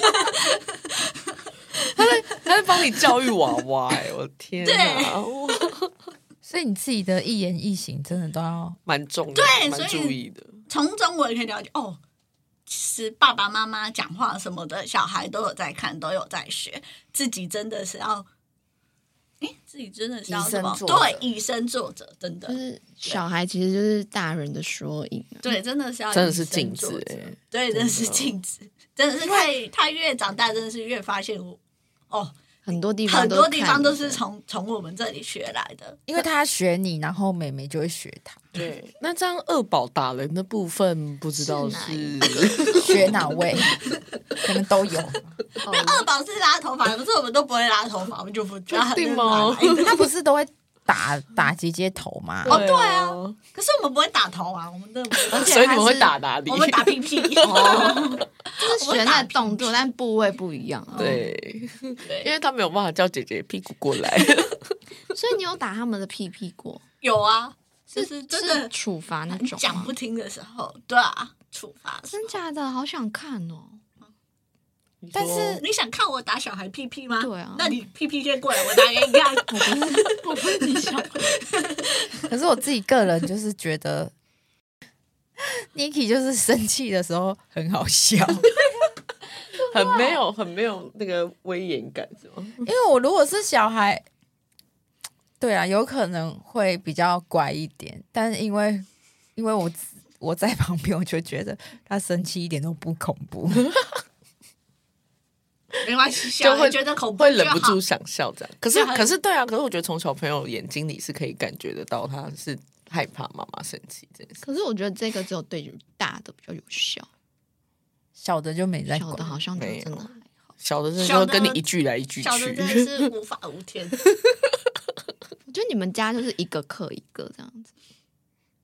他在帮你教育娃娃我的天哪！ 所以你自己的一言一行真的都要蛮重的， 对蛮注意的。 从中我也可以了解哦，其实爸爸妈妈讲话什么的，小孩都有在看，都有在学，自己真的是要，自己真的是要什么？对，以身作则，真的。 就是小孩其实就是大人的缩影啊。 对，真的是要真的是以身镜作则子欸对，真的是镜子，真的是他越长大，真的是越发现很多地方很多地方都看是从我们这里学来的， 因为他学你，然后妹妹就会学他， 对，那这样二宝打人的部分，不知道是哪是一学哪位可能都有。 哦二宝是拉头发，可是我们都不会拉头发，我们就不知道确定吗他不是都会打姐姐头吗？ 哦，对啊，可是我们不会打头啊，我们真的不会打。 所以你们会打哪里？ 我们打屁屁。 就是学那个动作，但部位不一样啊。 对，因为他没有办法叫姐姐屁股过来。 所以你有打他们的屁屁过？ 有啊，就是真是的处罚那种吗讲不听的时候，对啊，处罚的时候。 真假的，好想看哦。 但是你想看我打小孩屁屁吗？ 对啊那你屁屁先过来，我打给你看。 我不是你小孩， 可是我自己个人就是觉得，Niki 就是生气的时候很好笑， 很没有那个威严感，是吗？ 因为我如果是小孩，对啊，有可能会比较乖一点，但是因为我在旁边，我就觉得他生气一点都不恐怖。 没关系， 就会小孩觉得恐怖会忍不就好住想笑这样。可是对啊，可是我觉得从小朋友眼睛里是可以感觉得到他是害怕妈妈生气这件事。 可是我觉得这个只有对于大的比较有效， 小的就没在小的管， 好像就没有真的还好。 小的真的就会跟你一句来一句小的真的去。 是无法无天。 我觉得你们家就是一个克一个这样子。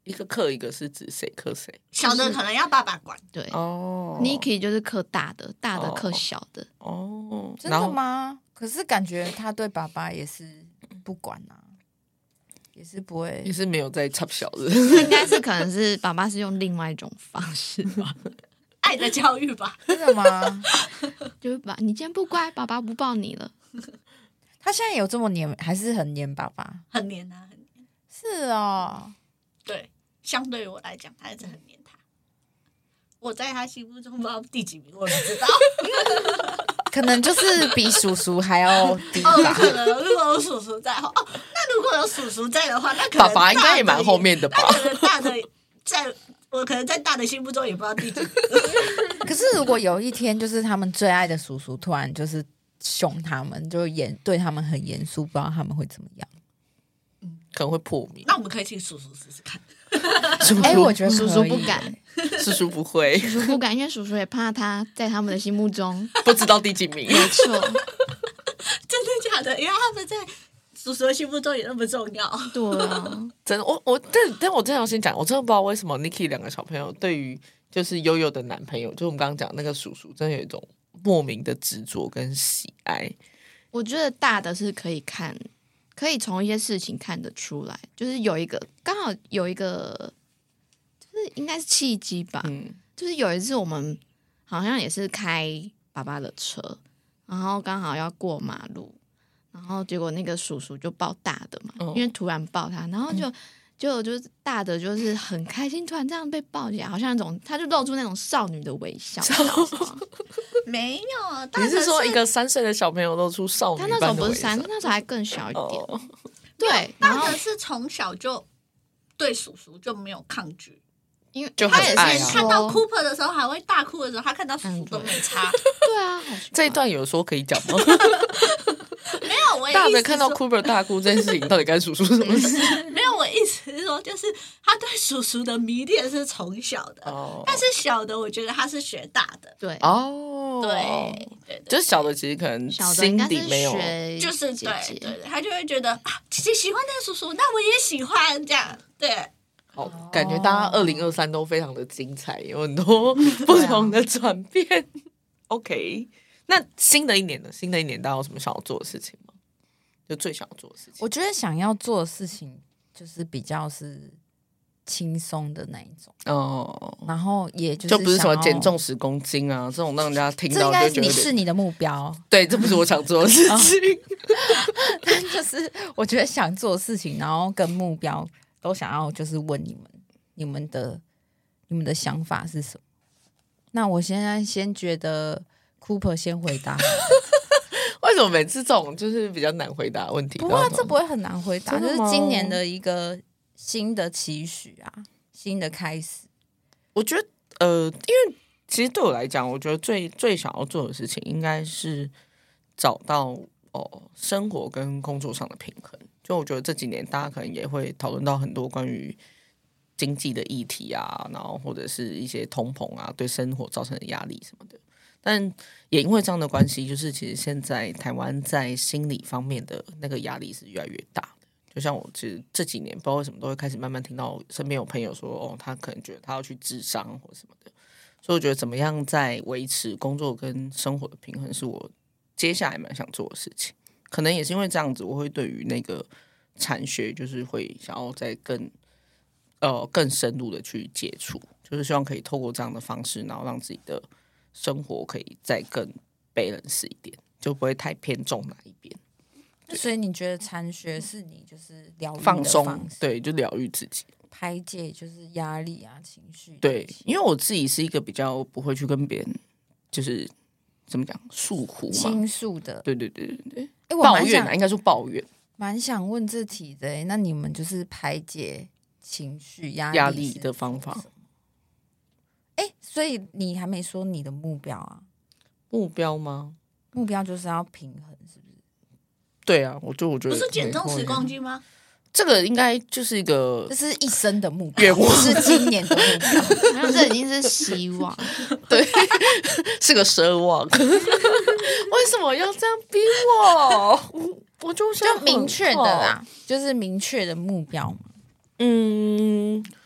一个克一个是指谁克谁？ 小的可能要爸爸管， 对哦 Niki 就是克大的，大的克小的。 哦， 真的吗？可是感觉他对爸爸也是不管啊，也是不会也。是没有在插小的。 应该是可能是爸爸是用另外一种方式吧， 爱的教育吧。 真的吗？ 就是把你今天不乖，爸爸不抱你了。 他现在有这么黏，还是很黏爸爸？ 很黏啊，很黏。 是哦， 对，相对于我来讲，他还是很黏他。我在他心目中不知道第几名，我不知道。 可能就是比叔叔还要低哦， 吧。 可能如果有叔叔在哦，那如果有叔叔在的话，那可能爸爸应该也蛮后面的吧？ 那可能大的在我可能在大的心目中也不知道第几名。 可是如果有一天，就是他们最爱的叔叔突然就是凶他们，就对他们很严肃，不知道他们会怎么样。 可能会破灭。 那我们可以请叔叔试试看。 哎、我觉得叔叔可以不敢， 叔叔不会， 叔叔不敢，因为叔叔也怕他在他们的心目中。 不知道第几名。 没错， 真的假的？因为他们在叔叔的心目中也那么重要。 对啊， 真的，但我真的要先讲，我真的不知道为什么 Niki 两个小朋友对于就是悠悠的男朋友，就我们刚刚讲那个叔叔，真的有一种莫名的执着跟喜爱。 我觉得大的是可以看，可以从一些事情看得出来，就是有一个刚好有一个，就是应该是契机吧。就是有一次我们好像也是开爸爸的车，然后刚好要过马路，然后结果那个叔叔就抱大的嘛，因为突然抱他，然后就是大的就是很开心，突然这样被抱起来，好像那种他就露出那种少女的微笑。你知道吗没有， 你是说一个3岁的小朋友露出少女他那时候般的微笑？ 不是3，那时候还更小一点。 哦对，然后大的是从小就对叔叔就没有抗拒， 因为就他也很爱啊是看到说， Cooper 的时候还会大哭的时候，他看到叔叔都没差。 对啊，好奇怪这一段有说可以讲吗？ 没有，我大的看到 Cooper 大哭这件事情，到底该叔叔什么事？ 没有，我意思是说，就是他对叔叔的迷恋是从小的， 哦但是小的我觉得他是学大的。 对， 哦， 对，对， 就是小的其实可能小的应心该是底没有， 学就是姐姐， 对对，他就会觉得啊，姐姐喜欢那个叔叔，那我也喜欢这样。对， 好，感觉大家2023都非常的精彩，有很多不同的转变。OK，那新的一年呢？新的一年大家有什么想要做的事情吗？就最想要做的事情？ 我觉得想要做的事情就是比较是轻松的那一种， 哦， 然后也就是就不是什么想要减重10公斤啊，这种让人家听这应该到就觉得有点是你的目标， 对，这不是我想做的事情。 但就是我觉得想做的事情，然后跟目标都想要，就是问你们的想法是什么？那我现在先觉得 Cooper 先回答， 为什么每次这种就是比较难回答的问题？ 不过这不会很难回答， 真的吗就是今年的一个新的期许啊，新的开始。 我觉得因为其实对我来讲，我觉得最想要做的事情应该是找到生活跟工作上的平衡。就我觉得这几年大家可能也会讨论到很多关于经济的议题啊，然后或者是一些通膨啊对生活造成的压力什么的。但也因为这样的关系，就是其实现在台湾在心理方面的那个压力是越来越大的。就像我其实这几年不知道为什么都会开始慢慢听到身边有朋友说，他可能觉得他要去諮商或什么的。所以我觉得怎么样在维持工作跟生活的平衡，是我接下来蛮想做的事情。可能也是因为这样子，我会对于那个禅学就是会想要再更深入的去接触，就是希望可以透过这样的方式，然后让自己的生活可以再更 balance 一点，就不会太偏重哪一边。 所以你觉得禅学是你就是疗愈的放松方式， 对，就疗愈自己。 排解就是压力啊、情绪。 对，因为我自己是一个比较不会去跟别人就是怎么讲诉苦嘛， 倾诉的。 对对对对对， 哎，我蛮想抱怨啊，应该说抱怨蛮想问这题的欸，那你们就是排解情绪压力是的方法。 哎，所以你还没说你的目标啊？ 目标吗？ 目标就是要平衡，是不是？ 对啊，我觉得不是减重10公，斤吗？ 这个应该就是一个这是一生的目标， 愿望不是今年的目标。 好像这已经是希望。 是个奢望。为什么要这样逼我？我就就明确的啦，就是明确的目标嘛。 嗯，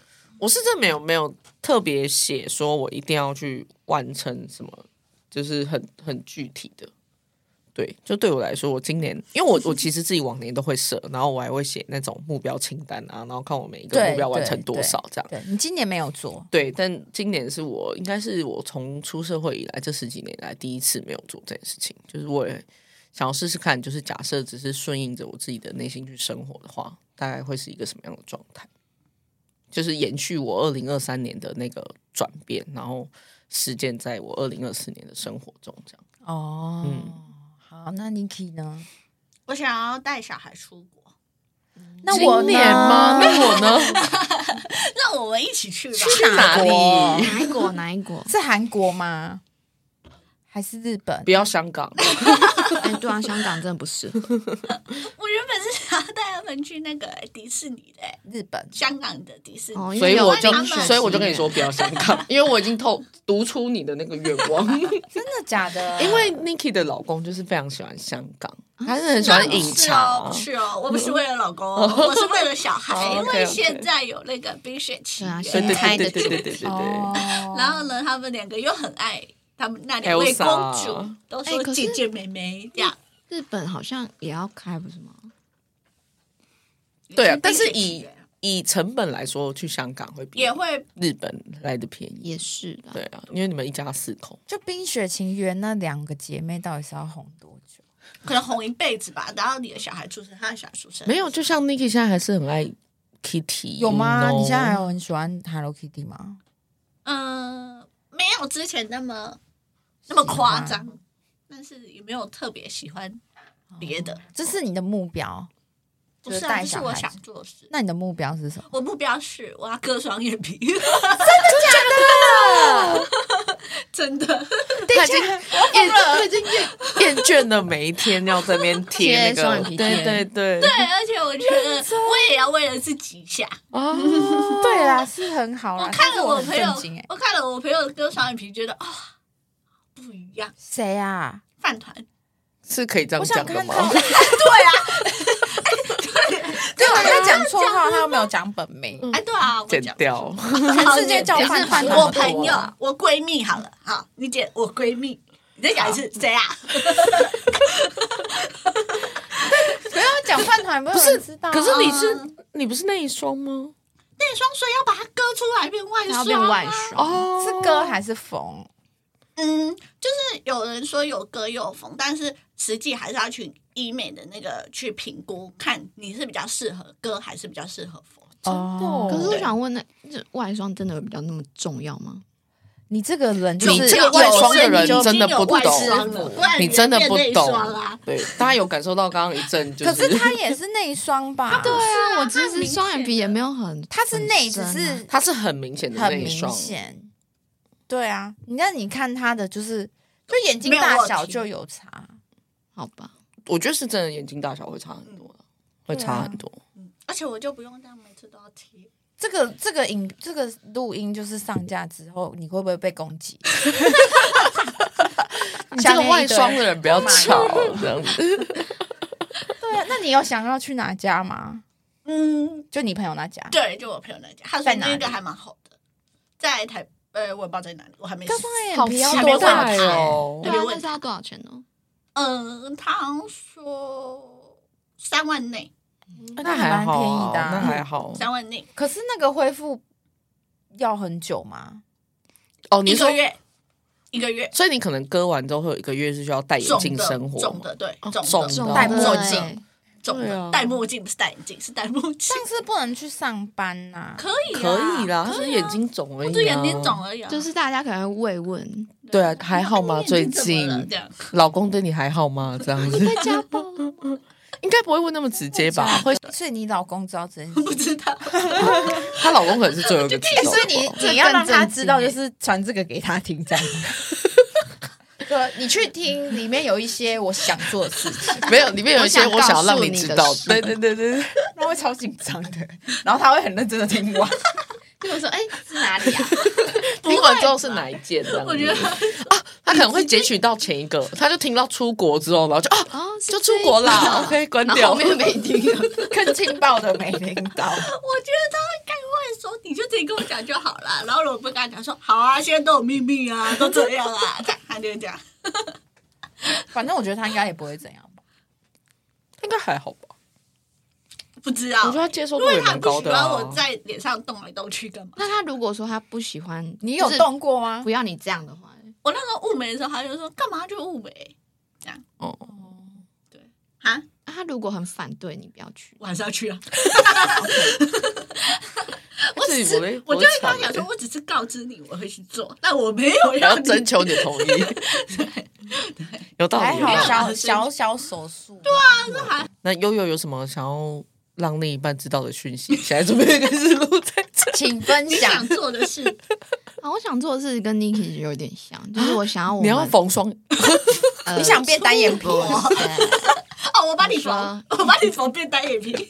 我是真的没有特别写说我一定要去完成什么，就是很具体的。对，就对我来说，我今年因为我其实自己往年都会设，然后我还会写那种目标清单啊，然后看我每一个目标完成多少这样。 对，你今年没有做， 对，但今年是应该是我从出社会以来这10几年来第一次没有做这件事情，就是我也想要试试看，就是假设只是顺应着我自己的内心去生活的话，大概会是一个什么样的状态？就是延续我2023年的那个转变，然后实践在我2024年的生活中，这样。 哦，好，那 Niki 呢？ 我想要带小孩出国， 那我今年吗？那我呢？ 那我们一起去吧。 去哪里？ 哪一国？哪一国？ 是韩国吗？还是日本？ 不要香港。 哎，对啊，香港真的不适合。 我原本是想要带他们去那个迪士尼的， 日本。 香港的迪士尼。 哦， 所以我就因为有所以我就跟你说不要香港，因为我已经读出你的那个愿望。 真的假的？ 因为 Niki 的老公就是非常喜欢香港，他是很喜欢饮茶。 不是哦，我不是为了老公，我是为了小孩， 哦因 ，OK，OK 为现在有那个冰雪奇缘， 对啊对对对新开的对对对对对。 哦， 然后呢，他们两个又很爱他们那两位公主 Elsa， 都说可是姐姐妹妹这样。 日本好像也要开，不是吗？ 对啊，但是冰雪奇缘以成本来说，去香港会比也会日本来的便宜。 也是的。 对啊，因为你们一家4口。 就《冰雪奇缘》那2个姐妹到底是要红多久？ 可能红一辈子吧，然后你的小孩出生，他的小孩出生， 没有，就像 Niki 现在还是很爱 Kitty， 有吗？ you know 你现在还有很喜欢 Hello Kitty 吗？ 没有之前那么夸张，但是也没有特别喜欢别的。 这是你的目标， 不是啊， 就是带这是我想小孩子。 做的事。 那你的目标是什么？ 我目标是我要割双眼皮，真的。 他已经厌倦了每一天要在那边贴那个贴双眼皮，贴对对对对，而且我觉得我也要为了自己一下。 啊， 对啦，是很好啦。 我看了我朋友但是很震惊欸， 我看了我朋友割双眼皮，觉得不一样。 谁啊？ 饭团， 是可以这样我想讲的吗？ 看到。 对啊， 对啊，他讲错话，他又没有讲本名。 哎，对啊，我讲剪掉。 全世界叫饭团我很多啊朋友，我闺蜜好了，好，你姐我闺蜜，你再讲一次，谁啊？ 不要讲饭团，没有人知道啊。 可是你不是那一双吗？ 那双水要把它割出来变外双， 它要变外双。 哦， 是割还是缝？ 就是有人说有割有缝，但是实际还是要去医美的那个去评估，看你是比较适合割还是比较适合缝。 哦可是我想问，这外双真的有比较那么重要吗？ 你这个人就是你这个外双的人有真的不懂你真的不懂啊。 对，大家有感受到刚刚一阵就可是他也是内双吧？ 对啊，我它其实双眼皮也没有很， 他是内，只很深啊是它是很明显的很明那一双， 显。对啊，你看他的就是，就眼睛大小就有差。 好吧。 我觉得是真的眼睛大小会差很多的，会差很多。 而且我就不用这样每次都要贴。 这个录音就是上架之后，你会不会被攻击？ 你这个外双的人不要吵，这样子。 对啊，那你有想要去哪家吗？就你朋友那家？ 对，就我朋友那家，他说在哪里那个还蛮好的，在台我也不知道在哪里，我还没试。 割双眼好皮要期多少待钱？ 哦对啊， 没问题那是要多少钱呢？ 他好像说3万内， 那还好蛮便宜的啊那还好。 3万内可是那个恢复要很久吗？ 哦，你说， 一个月，一个月。 所以你可能割完之后会有1个月是需要戴眼镜生活吗， 肿的，对， 哦肿的， 肿的戴墨对镜， 肿的， 对啊戴墨镜不是戴眼镜，是戴墨镜这。样是不能去上班呐。 可以可以啦， 可以他是眼睛肿而已， 我就眼睛肿。而已啊。 就是大家可能会慰问， 对啊，还好吗？ 哎你最眼睛怎么了近这样老公对你还好吗？这样子被家暴了吗？ 应该不会问那么直接吧？会， 所以你老公知道这件事， 不知道， 她老公可能是最后一个知道的。 所以你要让他知道，就是传这个给他听，这样。对，你去听，里面有一些我想做的事情， 没有，里面有一些我想我想要让告诉你的你知道。 事对对对对， 他会超紧张的，然后他会很认真的听完。 就我说，哎，是哪里啊？ 听完之后是哪一件？这样子我觉得他他可能会截取到前一个，他就听到出国之后，然后就就出国啦，OK 关掉， 后面没听了。 更劲爆的没听到。 我觉得他该会说，你就自己跟我讲就好了。然后如果不跟他讲说，好啊，现在都有秘密啊，都这样啊，这样他就这样。 反正我觉得他应该也不会怎样吧。 应该还好吧？ 不知道， 我觉得他接受度也因为他不蛮高的、 喜欢啊。 我在脸上动来动去干嘛？ 那他如果说他不喜欢， 你有动过吗不？要你这样的话， 我那时候雾眉的时候，他就说干嘛就雾眉这样哦， 啊？ 他如果很反对你，不要去。 我还是要去啊。我自己只是不会我就会跟他不会吵讲说，我只是告知你我会去做，但我没有要你征求你的同意，有道理。 还好有道理小手术。对啊， 那悠悠有什么想要让另一半知道的讯息？现在准备开始录在这。 请分你享想。做的事。 啊，我想做的事跟 Niki 有点像，就是我想要我你们要缝双， 你想变单眼皮？ 不是哦，我帮你缝说， 我帮你缝变单眼皮。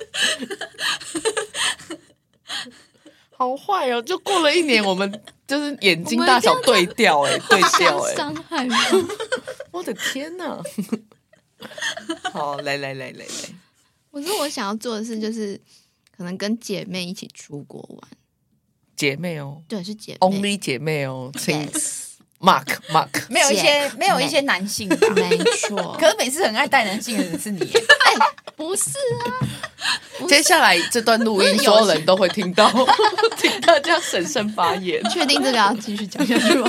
好坏哦！就过了1年，我们就是眼睛大小对调对调相伤害吗？ 我的天哪！好，来， 我说我想要做的事就是可能跟姐妹一起出国玩， 姐妹哦对，是姐妹。 ，only 姐妹哦，请 Yes， mark。 没有一些男性吧？ 没错。 可是每次很爱带男性的人是你耶。 不是啊， 接下来这段录音，所有人都会听到，听到这样审慎发言。 确定这个要继续讲下去吗？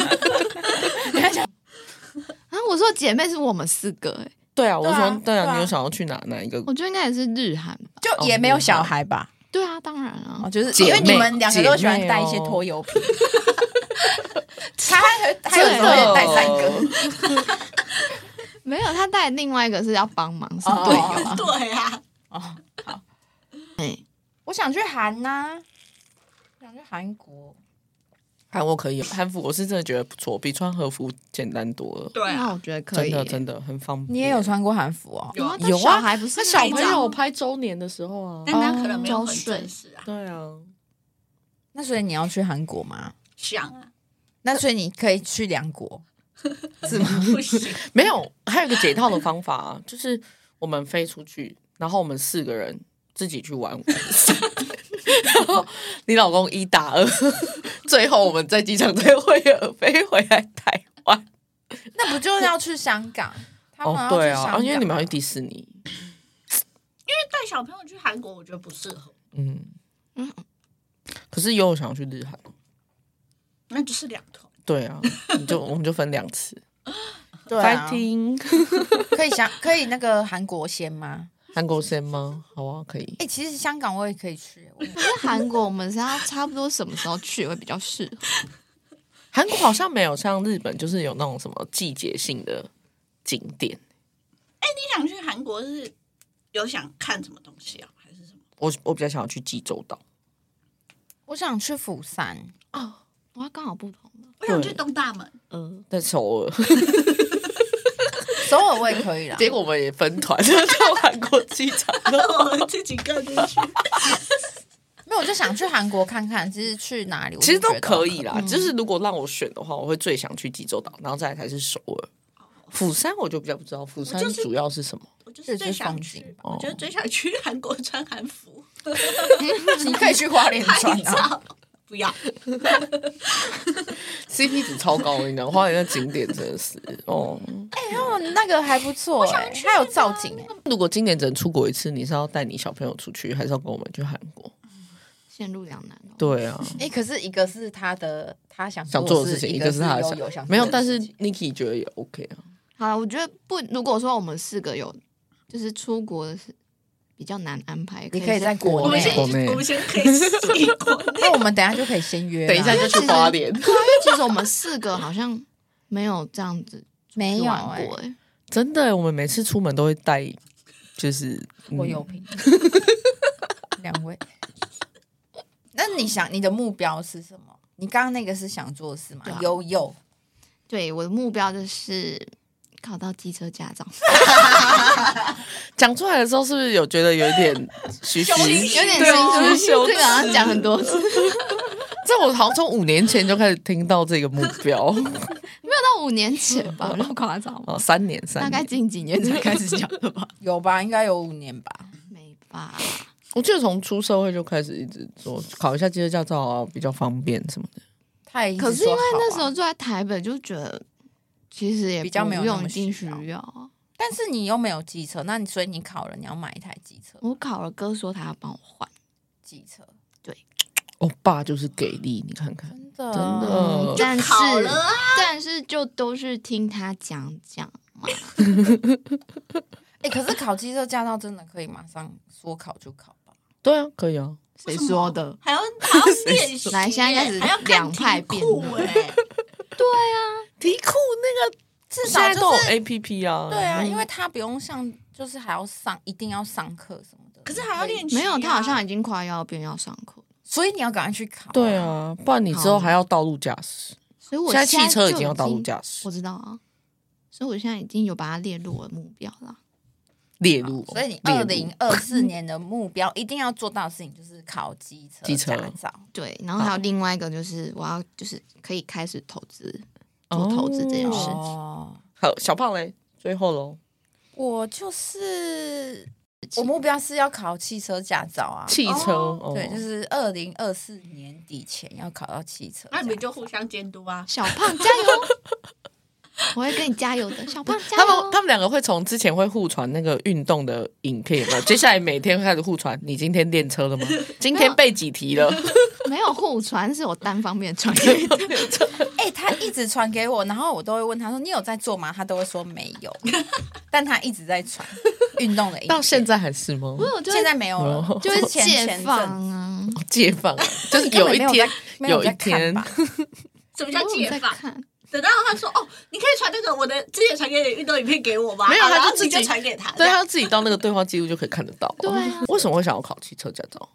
啊，我说姐妹是我们4个对啊，我说对啊， 对啊你有想要去哪一个？ 我觉得应该也是日韩吧。 就也没有小孩吧？ 对啊，当然啊哦，，就是姐妹因为你们2个都喜欢带一些拖油瓶，他还有时候也带3个。 没有，他带另外一个是要帮忙，是哦队友啊。 对啊， 哦，好， 哎， 我想去韩呐，想去韩国。 韩国可以，韩服我是真的觉得不错，比穿和服简单多了。 对啊， 那我觉得可以耶。 真的很方便。 你也有穿过韩服哦？ 有啊， 有啊小孩不是那小朋拍照友拍周年的时候啊， 但他可能没有很周岁正式啊。 对啊， 那所以你要去韩国吗？ 想啊， 那所以你可以去2国，是吗？ 不行， 没有，还有一个解套的方法啊，就是我们飞出去，然后我们4个人自己去玩，然后你老公1打2，最后我们在机场再飞回来台湾。 那不就是要去香港？他们要去对啊， 香港因为你们要去迪士尼， 带小朋友去韩国，我觉得不适合， 可是又想要去日韩， 那就是2团。 对啊，我们就分2次。 对啊， Fighting， 可以那个韩国先吗？ 韩国先吗？好啊，可以。 其实香港我也可以去。 可是韩国我们是要差不多什么时候去会比较适合？ 韩国好像没有像日本，就是有那种什么季节性的景点。 你想去韩国是有想看什么东西啊，还是什么？ 我比较想要去济州岛。 我想去釜山， 哇，刚好不同的。 我想去东大门。 在首尔， 首尔我也可以啦。 结果我们也分团到韩国机场。 我们自己个人去。 没有，我就想去韩国看看，其实去哪里我其实都就觉得可以啦，就是如果让我选的话，我会最想去济州岛，然后再来才是首尔。釜山我就比较不知道，釜山主要是什么？ 我就是最想去就是风景， 我就最想去韩国穿韩服你可以去花莲拍穿啊。 照。不要， CP 值超高，我跟你讲，花莲的景点真的是哦。 他们那个还不错它有造景如果今年只能出国一次，你是要带你小朋友出去，还是要跟我们去韩国？ 陷入两难哦。 对啊， 可是一个是他想想做的事情，一个是他的有想没有，但是做的事情 Niki 觉得也 OK 啊。 好了，我觉得不，如果说我们4个有就是出国的是比较难安排， 你可以在国国内我们先国内我们先可以自国内。 那我们等一下就可以先约啦， 等一下就去花莲， 因为其实我们4个好像没有这样子没有玩过真的，我们每次出门都会带，就是拖油瓶。2位，那你的目标是什么？你刚刚那个是想做的事吗对啊？ 有， 对，我的目标就是考到机车驾照， 讲出来的时候，是不是有觉得有点虚虚？ 有点对心虚， 羞这个好像讲很多次。 这我好像从5年前就开始听到这个目标， 那 5年前吧，那么夸张吗？ 哦，3年， 大概近几年才开始讲的吧？ 有吧？应该有5年吧。 没吧？ 我记得从出社会就开始一直说考一下机车驾照啊，比较方便什么的。 他也一直可是因为说好啊那时候住在台北，就觉得其实也比较没有不用， 那么一定需要需要啊。 但是你又没有机车，那你所以你考了，你要买一台机车。 我考了，哥说他要帮我换， 机车我爸就是给力，你看看， 真的真的但是考了啊但是就都是听他讲嘛。 可是考机车驾照真的可以马上说考就考吧？ 对啊，可以啊。 谁说的？ 还要练习耶， 来现在开始还要看两派辩题库论题库那个至少现在都有就是 APP 啊。 对啊，因为他不用像就是还要上，一定要上课什么的。 可是还要练习啊没有，他好像已经快要变要上课， 所以你要赶快去考。 对，啊，不然你之后还要道路驾驶。 所以我现在汽车已就经要道路驾驶我，知道啊，所以我现在已经有把它列入我的目标了。 列入。 所以你列入 2024年的目标一定要做到的事情就是考机车机车驾照。 对，然后还有另外一个就是我要就是可以开始投资，做投资这件事情。 哦， 好，小胖嘞，最后喽， 我就是我目标是要考汽车驾照啊。 汽车，哦对，就是2024年底前要考到汽车驾照。 那你们就互相监督啊。 小胖加油！我会跟你加油的，小胖加油！ 他们两个会从之前会互传那个运动的影片嘛，接下来每天会开始互传。你今天练车了吗？今天背几题了？ 没有互传，是我单方面传给你的。 他一直传给我，然后我都会问他说：“你有在做吗？”他都会说没有，但他一直在传运动的影片。 到现在还是吗？ 我就现在没有了， 就是前解放阵啊！ 解放啊，就是有一天，有一天， 什么叫我有解放？ 在看， 等到他说哦，你可以传那个我的之前传给你的运动影片给我吗？ 没有啊然后他就自己就传给他。 对他自己到那个对话记录就可以看得到。 对啊， 为什么会想要考汽车驾照？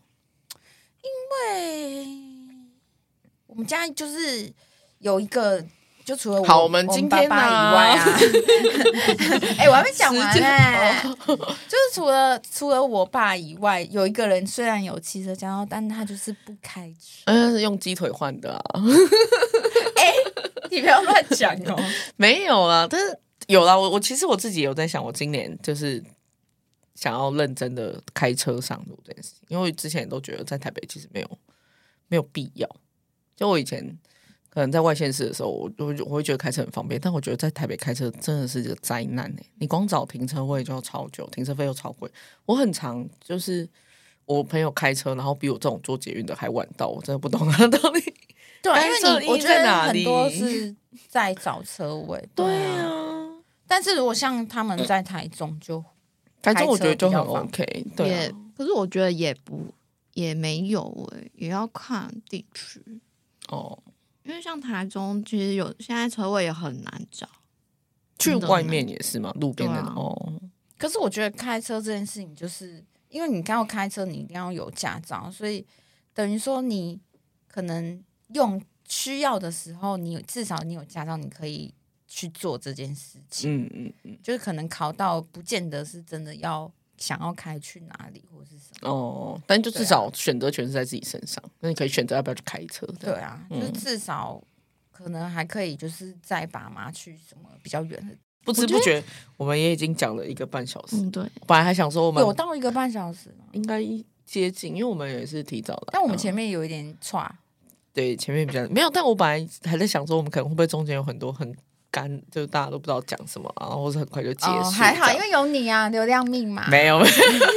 对，我们家就是有一个，就除了好我们今天爸爸以外啊，我还没讲完呢、就是除了我爸以外，有一个人虽然有汽车驾照，但他就是不开车。 是用鸡腿换的啊。 你不要乱讲哦。 没有啦，但是有啦。我其实我自己有在想，我今年就是想要认真的开车上路这件事情，因为我之前都觉得在台北其实没有必要。就我以前可能在外县市的时候，我会觉得开车很方便，但我觉得在台北开车真的是一个灾难欸。你光找停车位就要超久，停车费又超贵。我很常就是我朋友开车，然后比我这种坐捷运的还晚到，我真的不懂他到底。 对，因为我觉得哪里很多是在找车位。 对啊， 但是如果像他们在台中就， 反正我觉得就很开车比较方 OK。对啊， 可是我觉得也没有也要看地区哦。 因为像台中其实现在车位也很难找， 去外面也是嘛，路边的、 对啊哦。 可是我觉得开车这件事情，就是因为你刚要开车，你一定要有驾照，所以等于说你可能需要的时候，至少你有驾照，你可以去做这件事情。就是可能考到不见得是真的想要开去哪里或是什么哦，但就至少选择权是在自己身上，那你可以选择要不要去开车。 对啊，就是至少可能还可以，就是载爸妈去什么比较远的。 不知不觉我们也已经讲了1个半小时。 对， 本来还想说我们有到1个半小时吗？ 应该接近，因为我们也是提早来， 但我们前面有一点岔。 对前面比较没有，但我本来还在想说我们可能会不会中间有很多很干，就大家都不知道讲什么，然后或是很快就结束。 还好，因为有你啊，流量密码。 没有。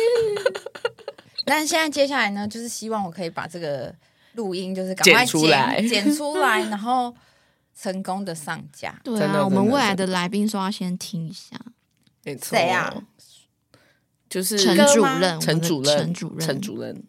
但现在接下来呢，就是希望我可以把这个录音就是赶快剪出来剪出来，然后成功的上架。 对真的啊，我们未来的来宾说要先听一下没错。 谁啊？ 就是陈主任， 陈主任， 陈主任， 陈主任。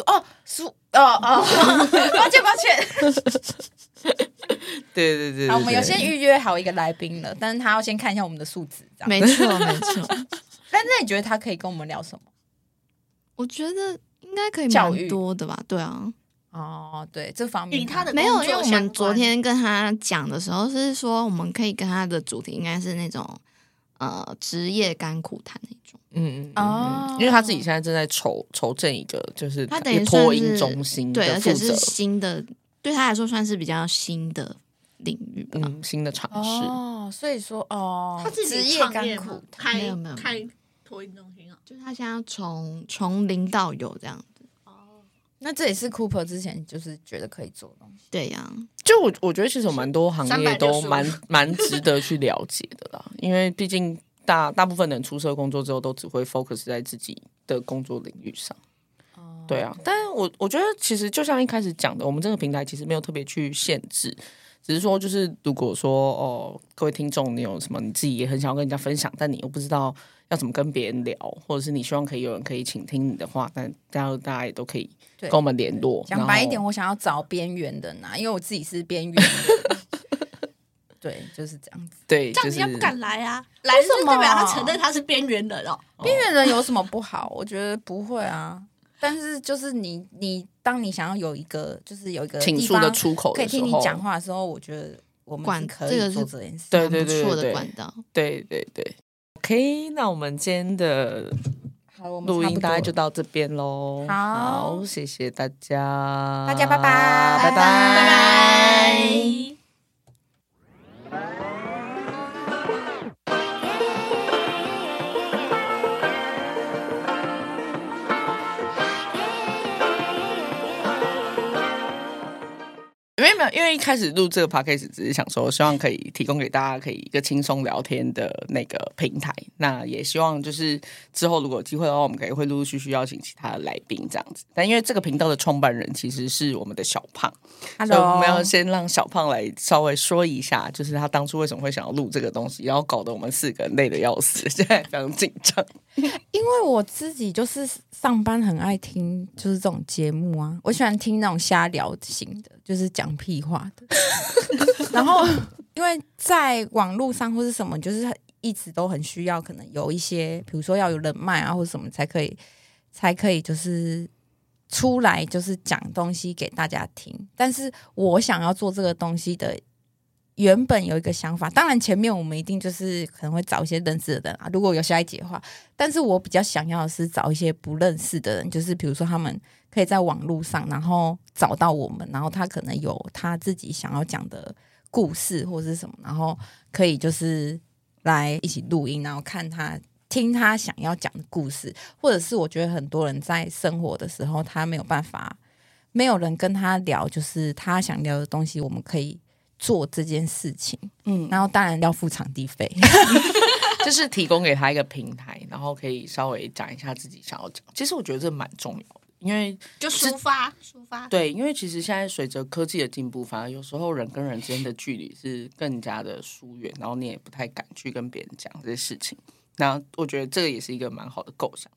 抱歉。 对对。 好，我们有先预约好一个来宾了，但是他要先看一下我们的数值，这样。 没错没错。 但是你觉得他可以跟我们聊什么？ 我觉得应该可以教育蛮多的吧，对啊。 哦，对，这方面与他的没有， 工作因为我们相关昨天跟他讲的时候是说，我们可以跟他的主题应该是那种职业甘苦谈那种。 因为他自己现在正在筹建一个，就是他等于托算是婴中心对， 的负责而且是新的，对他来说算是比较新的领域吧。 新的尝试。 哦，所以说哦， 他自职业己创甘苦业吗？ 谈。 没有没有开托婴中心啊？ 就是他现在从零到有这样子。 那这也是 Cooper 之前就是觉得可以做的东西。 对呀、 就我觉得其实有蛮多行业都 365 蛮值得去了解的啦，因为毕竟大部分人出社工作之后都只会 focus 在自己的工作领域上。对啊，但是我觉得其实就像一开始讲的，我们这个平台其实没有特别去限制，只是说就是如果说各位听众你有什么你自己也很想要跟人家分享，但你又不知道要怎么跟别人聊，或者是你希望可以有人可以倾听你的话，但大家也都可以跟我们联络。 讲白一点，我想要找边缘的因为我自己是边缘的。对，就是这样子。 对， 这样就是人家不敢来啊，来就代表他承认他是边缘人哦。 边缘人有什么不好？我觉得不会啊。但是就是你当你想要有一个就是有一个倾诉的出口的时候， 可以听你讲话的时候，我觉得我们是可以做这件事。 对不错的管道。 对。OK， 那我们今天的录音大概就到这边喽。好，谢谢大家， 大家拜拜， 拜拜， 拜拜。 没有，因为一开始录这个 podcast 只是想说，希望可以提供给大家可以一个轻松聊天的那个平台。那也希望就是之后如果有机会的话，我们可以会陆陆续续邀请其他的来宾这样子。但因为这个频道的创办人其实是我们的小胖，所以我们要先让小胖来稍微说一下，就是他当初为什么会想要录这个东西，然后搞得我们4个人累得要死，现在非常紧张。 因为我自己就是上班很爱听就是这种节目啊，我喜欢听那种瞎聊型的，就是讲屁话的。然后因为在网络上或是什么，就是一直都很需要，可能有一些，比如说要有人脉啊，或者什么才可以就是出来就是讲东西给大家听。但是我想要做这个东西的。原本有一个想法，当然前面我们一定就是可能会找一些认识的人啊，如果有下一集的话。但是我比较想要的是找一些不认识的人，就是比如说他们可以在网络上，然后找到我们，然后他可能有他自己想要讲的故事或是什么，然后可以就是来一起录音，然后听他想要讲的故事，或者是我觉得很多人在生活的时候，他没有办法，没有人跟他聊，就是他想聊的东西，我们可以。做这件事情，然后当然要付场地费， 就是提供给他一个平台，然后可以稍微讲一下自己想要讲。其实我觉得这蛮重要的，因为就抒发。 对，因为其实现在随着科技的进步，反而有时候人跟人之间的距离是更加的疏远，然后你也不太敢去跟别人讲这些事情。那我觉得这个也是一个蛮好的构想，